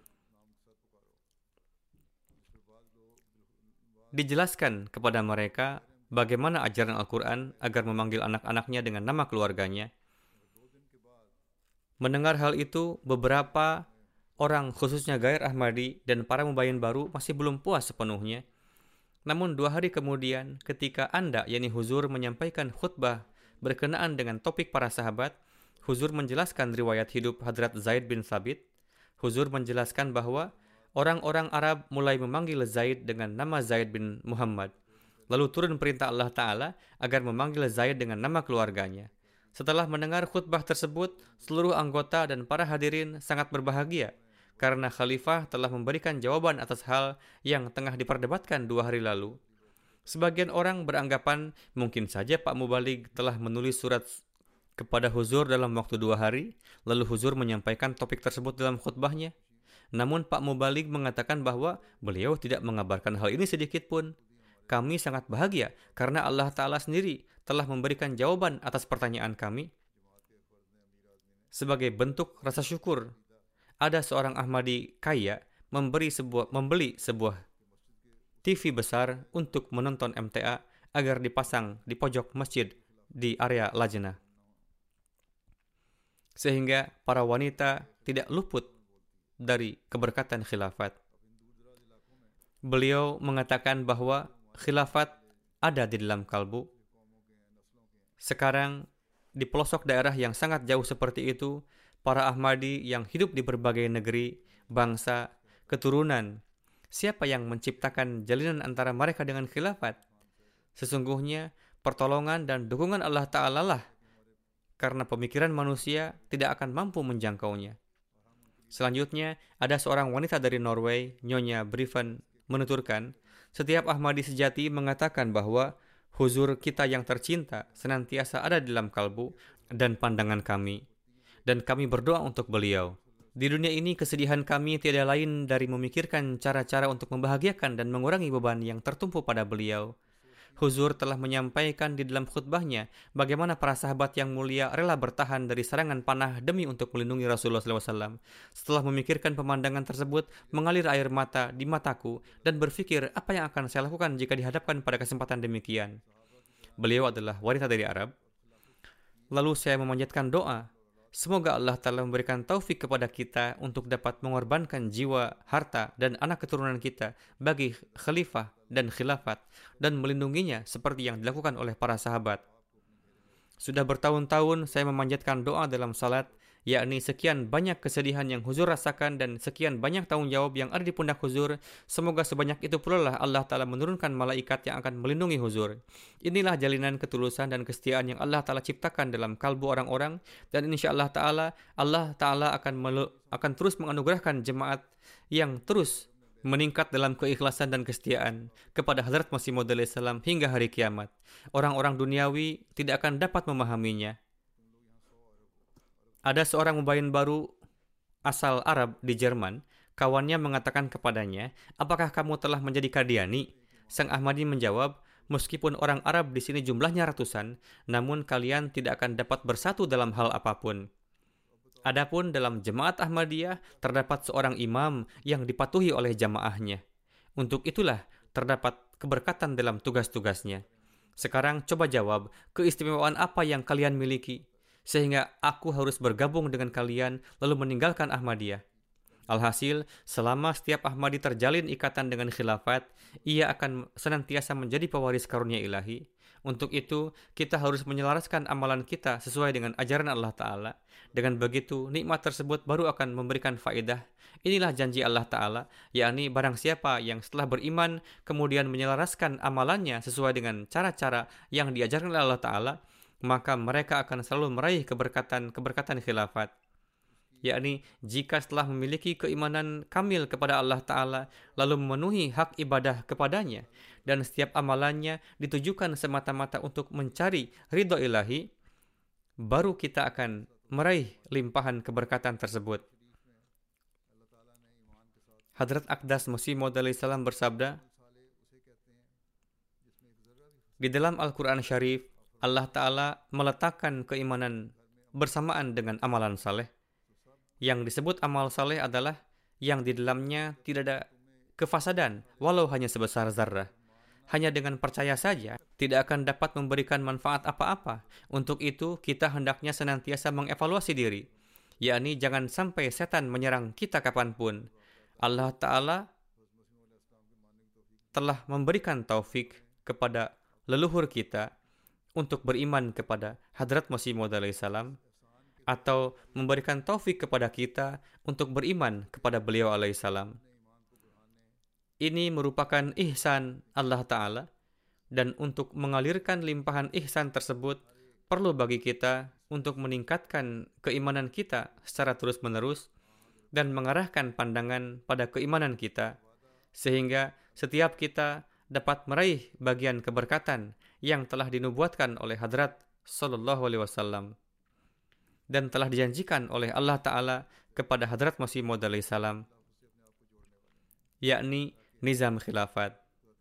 Dijelaskan kepada mereka bagaimana ajaran Al-Quran agar memanggil anak-anaknya dengan nama keluarganya. Mendengar hal itu, beberapa orang khususnya Gair Ahmadi dan para mubayyin baru masih belum puas sepenuhnya. Namun 2 hari kemudian, ketika Anda, yakni Huzur, menyampaikan khutbah berkenaan dengan topik para sahabat, Huzur menjelaskan riwayat hidup Hadrat Zaid bin Thabit. Huzur menjelaskan bahwa orang-orang Arab mulai memanggil Zaid dengan nama Zaid bin Muhammad. Lalu turun perintah Allah Ta'ala agar memanggil Zaid dengan nama keluarganya. Setelah mendengar khutbah tersebut, seluruh anggota dan para hadirin sangat berbahagia karena khalifah telah memberikan jawaban atas hal yang tengah diperdebatkan 2 hari lalu. Sebagian orang beranggapan mungkin saja Pak Mubaligh telah menulis surat kepada Huzur dalam waktu 2 hari, lalu Huzur menyampaikan topik tersebut dalam khutbahnya. Namun Pak Mubaligh mengatakan bahwa beliau tidak mengabarkan hal ini sedikit pun. Kami sangat bahagia karena Allah Ta'ala sendiri telah memberikan jawaban atas pertanyaan kami. Sebagai bentuk rasa syukur, ada seorang Ahmadi kaya membeli sebuah TV besar untuk menonton MTA agar dipasang di pojok masjid di area lajnah. Sehingga para wanita tidak luput dari keberkatan khilafat. Beliau mengatakan bahwa khilafat ada di dalam kalbu. Sekarang, di pelosok daerah yang sangat jauh seperti itu, para Ahmadi yang hidup di berbagai negeri, bangsa, keturunan, siapa yang menciptakan jalinan antara mereka dengan khilafat? Sesungguhnya, pertolongan dan dukungan Allah Ta'ala lah, karena pemikiran manusia tidak akan mampu menjangkaunya. Selanjutnya, ada seorang wanita dari Norway, Nyonya Briven, menuturkan, setiap Ahmadi sejati mengatakan bahwa huzur kita yang tercinta senantiasa ada di dalam kalbu dan pandangan kami, dan kami berdoa untuk beliau. Di dunia ini, kesedihan kami tiada lain dari memikirkan cara-cara untuk membahagiakan dan mengurangi beban yang tertumpu pada beliau. Huzur telah menyampaikan di dalam khutbahnya bagaimana para sahabat yang mulia rela bertahan dari serangan panah demi untuk melindungi Rasulullah SAW. Setelah memikirkan pemandangan tersebut, mengalir air mata di mataku dan berpikir apa yang akan saya lakukan jika dihadapkan pada kesempatan demikian. Beliau adalah wanita dari Arab. Lalu saya memanjatkan doa, semoga Allah Ta'ala memberikan taufik kepada kita untuk dapat mengorbankan jiwa, harta, dan anak keturunan kita bagi khalifah dan khilafat dan melindunginya seperti yang dilakukan oleh para sahabat. Sudah bertahun-tahun saya memanjatkan doa dalam salat, yakni sekian banyak kesedihan yang huzur rasakan dan sekian banyak tanggung jawab yang ada di pundak huzur, semoga sebanyak itu pula lah Allah Ta'ala menurunkan malaikat yang akan melindungi huzur. Inilah jalinan ketulusan dan kesetiaan yang Allah Ta'ala ciptakan dalam kalbu orang-orang, dan insya Allah Ta'ala akan terus menganugerahkan jemaat yang terus meningkat dalam keikhlasan dan kesetiaan kepada Hadrat Masih Maud salam hingga hari kiamat. Orang-orang duniawi tidak akan dapat memahaminya. Ada seorang mubayin baru asal Arab di Jerman. Kawannya mengatakan kepadanya, apakah kamu telah menjadi Qadiani? Sang Ahmadi menjawab, meskipun orang Arab di sini jumlahnya ratusan, namun kalian tidak akan dapat bersatu dalam hal apapun. Adapun dalam jemaat Ahmadiyah, terdapat seorang imam yang dipatuhi oleh jamaahnya. Untuk itulah terdapat keberkatan dalam tugas-tugasnya. Sekarang coba jawab, keistimewaan apa yang kalian miliki? Sehingga aku harus bergabung dengan kalian lalu meninggalkan Ahmadiyah. Alhasil, selama setiap Ahmadi terjalin ikatan dengan khilafat, ia akan senantiasa menjadi pewaris karunia ilahi. Untuk itu, kita harus menyelaraskan amalan kita sesuai dengan ajaran Allah Ta'ala. Dengan begitu, nikmat tersebut baru akan memberikan faedah. Inilah janji Allah Ta'ala, yakni barang siapa yang setelah beriman, kemudian menyelaraskan amalannya sesuai dengan cara-cara yang diajarkan oleh Allah Ta'ala, maka mereka akan selalu meraih keberkatan khilafat. Yakni jika setelah memiliki keimanan kamil kepada Allah Ta'ala, lalu memenuhi hak ibadah kepadanya, dan setiap amalannya ditujukan semata-mata untuk mencari ridho ilahi, baru kita akan meraih limpahan keberkatan tersebut. Hadrat Aqdas Masih Maud salam bersabda, di dalam Al-Quran Syarif, Allah Ta'ala meletakkan keimanan bersamaan dengan amalan saleh. Yang disebut amal saleh adalah yang di dalamnya tidak ada kefasadan, walau hanya sebesar zarrah. Hanya dengan percaya saja, tidak akan dapat memberikan manfaat apa-apa. Untuk itu, kita hendaknya senantiasa mengevaluasi diri. Yakni jangan sampai setan menyerang kita kapanpun. Allah Ta'ala telah memberikan taufik kepada leluhur kita untuk beriman kepada Hadrat Masih Maud salam, atau memberikan taufik kepada kita untuk beriman kepada beliau alaihissalam. Ini merupakan ihsan Allah Ta'ala, dan untuk mengalirkan limpahan ihsan tersebut, perlu bagi kita untuk meningkatkan keimanan kita secara terus-menerus dan mengarahkan pandangan pada keimanan kita, sehingga setiap kita dapat meraih bagian keberkatan yang telah dinubuatkan oleh Hadrat Sallallahu Alaihi Wasallam dan telah dijanjikan oleh Allah Ta'ala kepada Hadrat Masih Maud salam, yakni nizam khilafat.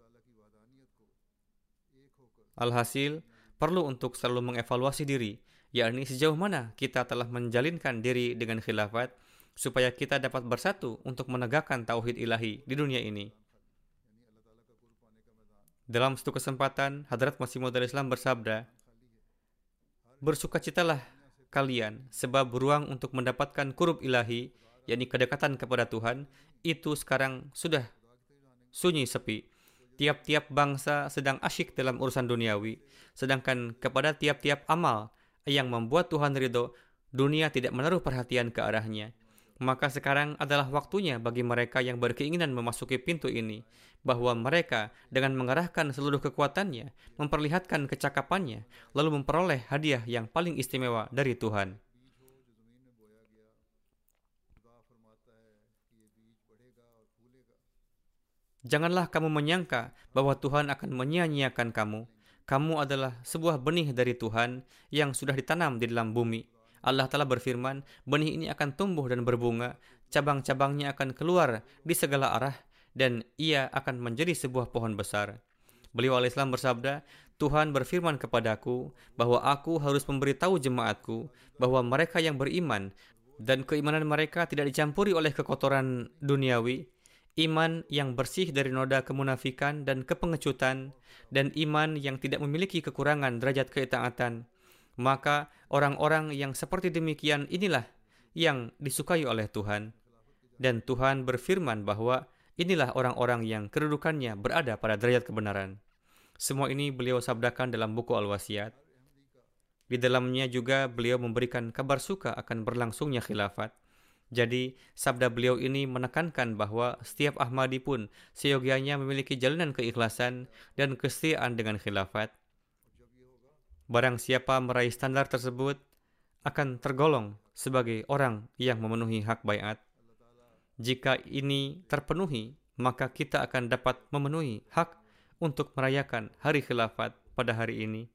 Alhasil, perlu untuk selalu mengevaluasi diri, yakni sejauh mana kita telah menjalinkan diri dengan khilafat, supaya kita dapat bersatu untuk menegakkan tauhid ilahi di dunia ini. Dalam satu kesempatan, Hadrat Masih Maud Islam bersabda, bersukacitalah kalian sebab ruang untuk mendapatkan qurub ilahi, yakni kedekatan kepada Tuhan, itu sekarang sudah sunyi sepi. Tiap-tiap bangsa sedang asyik dalam urusan duniawi, sedangkan kepada tiap-tiap amal yang membuat Tuhan ridho, dunia tidak menaruh perhatian ke arahnya. Maka sekarang adalah waktunya bagi mereka yang berkeinginan memasuki pintu ini, bahwa mereka dengan mengerahkan seluruh kekuatannya, memperlihatkan kecakapannya, lalu memperoleh hadiah yang paling istimewa dari Tuhan. Janganlah kamu menyangka bahwa Tuhan akan menyia-nyiakan kamu. Kamu adalah sebuah benih dari Tuhan yang sudah ditanam di dalam bumi. Allah Ta'ala berfirman, benih ini akan tumbuh dan berbunga, cabang-cabangnya akan keluar di segala arah, dan ia akan menjadi sebuah pohon besar. Beliau alaihissalam bersabda, Tuhan berfirman kepadaku bahwa aku harus memberitahu jemaatku bahwa mereka yang beriman dan keimanan mereka tidak dicampuri oleh kekotoran duniawi, iman yang bersih dari noda kemunafikan dan kepengecutan, dan iman yang tidak memiliki kekurangan derajat ketaatan. Maka orang-orang yang seperti demikian inilah yang disukai oleh Tuhan. Dan Tuhan berfirman bahwa inilah orang-orang yang kedudukannya berada pada derajat kebenaran. Semua ini beliau sabdakan dalam buku Al-Wasiyat. Di dalamnya juga beliau memberikan kabar suka akan berlangsungnya khilafat. Jadi, sabda beliau ini menekankan bahwa setiap Ahmadi pun seyogianya memiliki jalinan keikhlasan dan kesetiaan dengan khilafat. Barang siapa meraih standar tersebut akan tergolong sebagai orang yang memenuhi hak baiat. Jika ini terpenuhi, maka kita akan dapat memenuhi hak untuk merayakan hari khilafat pada hari ini.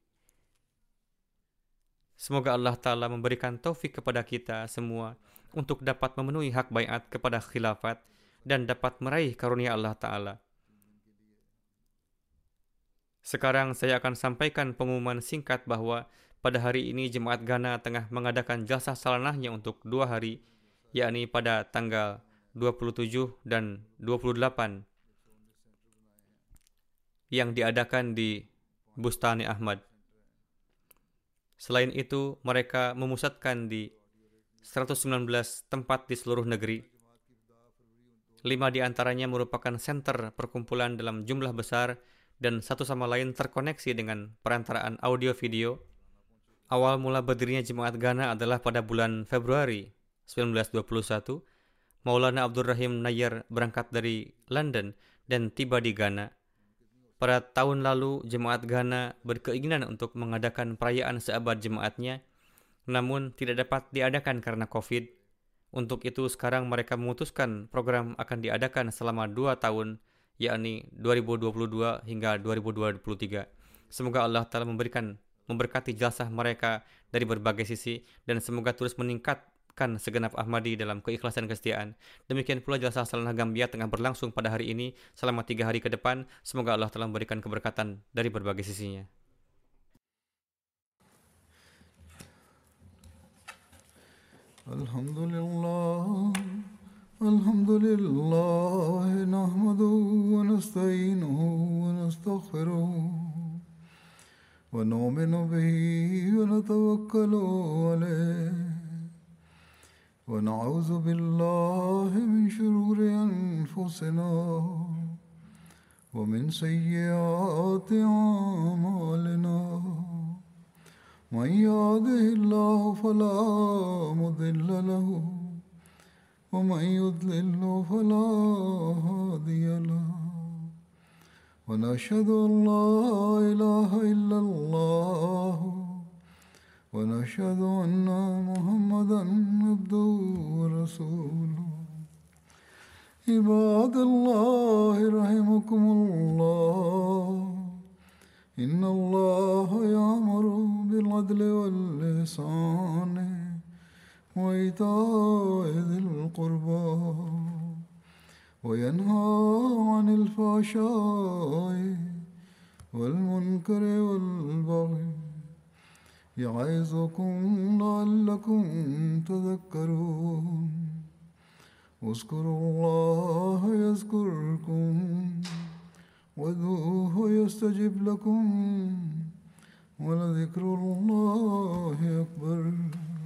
Semoga Allah Ta'ala memberikan taufik kepada kita semua untuk dapat memenuhi hak baiat kepada khilafat dan dapat meraih karunia Allah Ta'ala. Sekarang saya akan sampaikan pengumuman singkat bahwa pada hari ini Jemaat Ghana tengah mengadakan jalsah salanahnya untuk 2 hari, yakni pada tanggal 27 dan 28 yang diadakan di Bustani Ahmad. Selain itu, mereka memusatkan di 119 tempat di seluruh negeri. 5 di antaranya merupakan senter perkumpulan dalam jumlah besar dan satu sama lain terkoneksi dengan perantaraan audio video. Awal mula berdirinya Jemaat Ghana adalah pada bulan Februari 1921. Maulana Abdul Rahim Nayyar berangkat dari London dan tiba di Ghana. Pada tahun lalu, Jemaat Ghana berkeinginan untuk mengadakan perayaan seabad jemaatnya, namun tidak dapat diadakan karena COVID. Untuk itu, sekarang mereka memutuskan program akan diadakan selama 2 tahun, yakni 2022 hingga 2023. Semoga Allah Ta'ala memberkati jasa mereka dari berbagai sisi, dan semoga terus meningkatkan segenap Ahmadi dalam keikhlasan kesetiaan. Demikian pula jalsah salanah Gambia tengah berlangsung pada hari ini selama 3 hari ke depan. Semoga Allah telah memberikan keberkatan dari berbagai sisinya. Alhamdulillah, alhamdulillah, nahmaduhu wa nasta'inuhu wa nastaghfiruh, wa nu'minu bihi wa natawakkalu alayh. ونعوذ بالله من شرور أنفسنا ومن سيئات أعمالنا من يهده الله فلا مضل له ومن يضلل فلا هادي له ونشهد أن لا إله إلا الله ونشهد أن محمدا عبده ورسوله عباد الله رحمكم الله إن الله يأمر بالعدل والإحسان وإيتاء ذي القربى وينهى عن الفحشاء والمنكر والبغي يعظكم لعلكم تذكرون واذكروا الله يذكركم وادعوه يستجب لكم ولذكر الله أكبر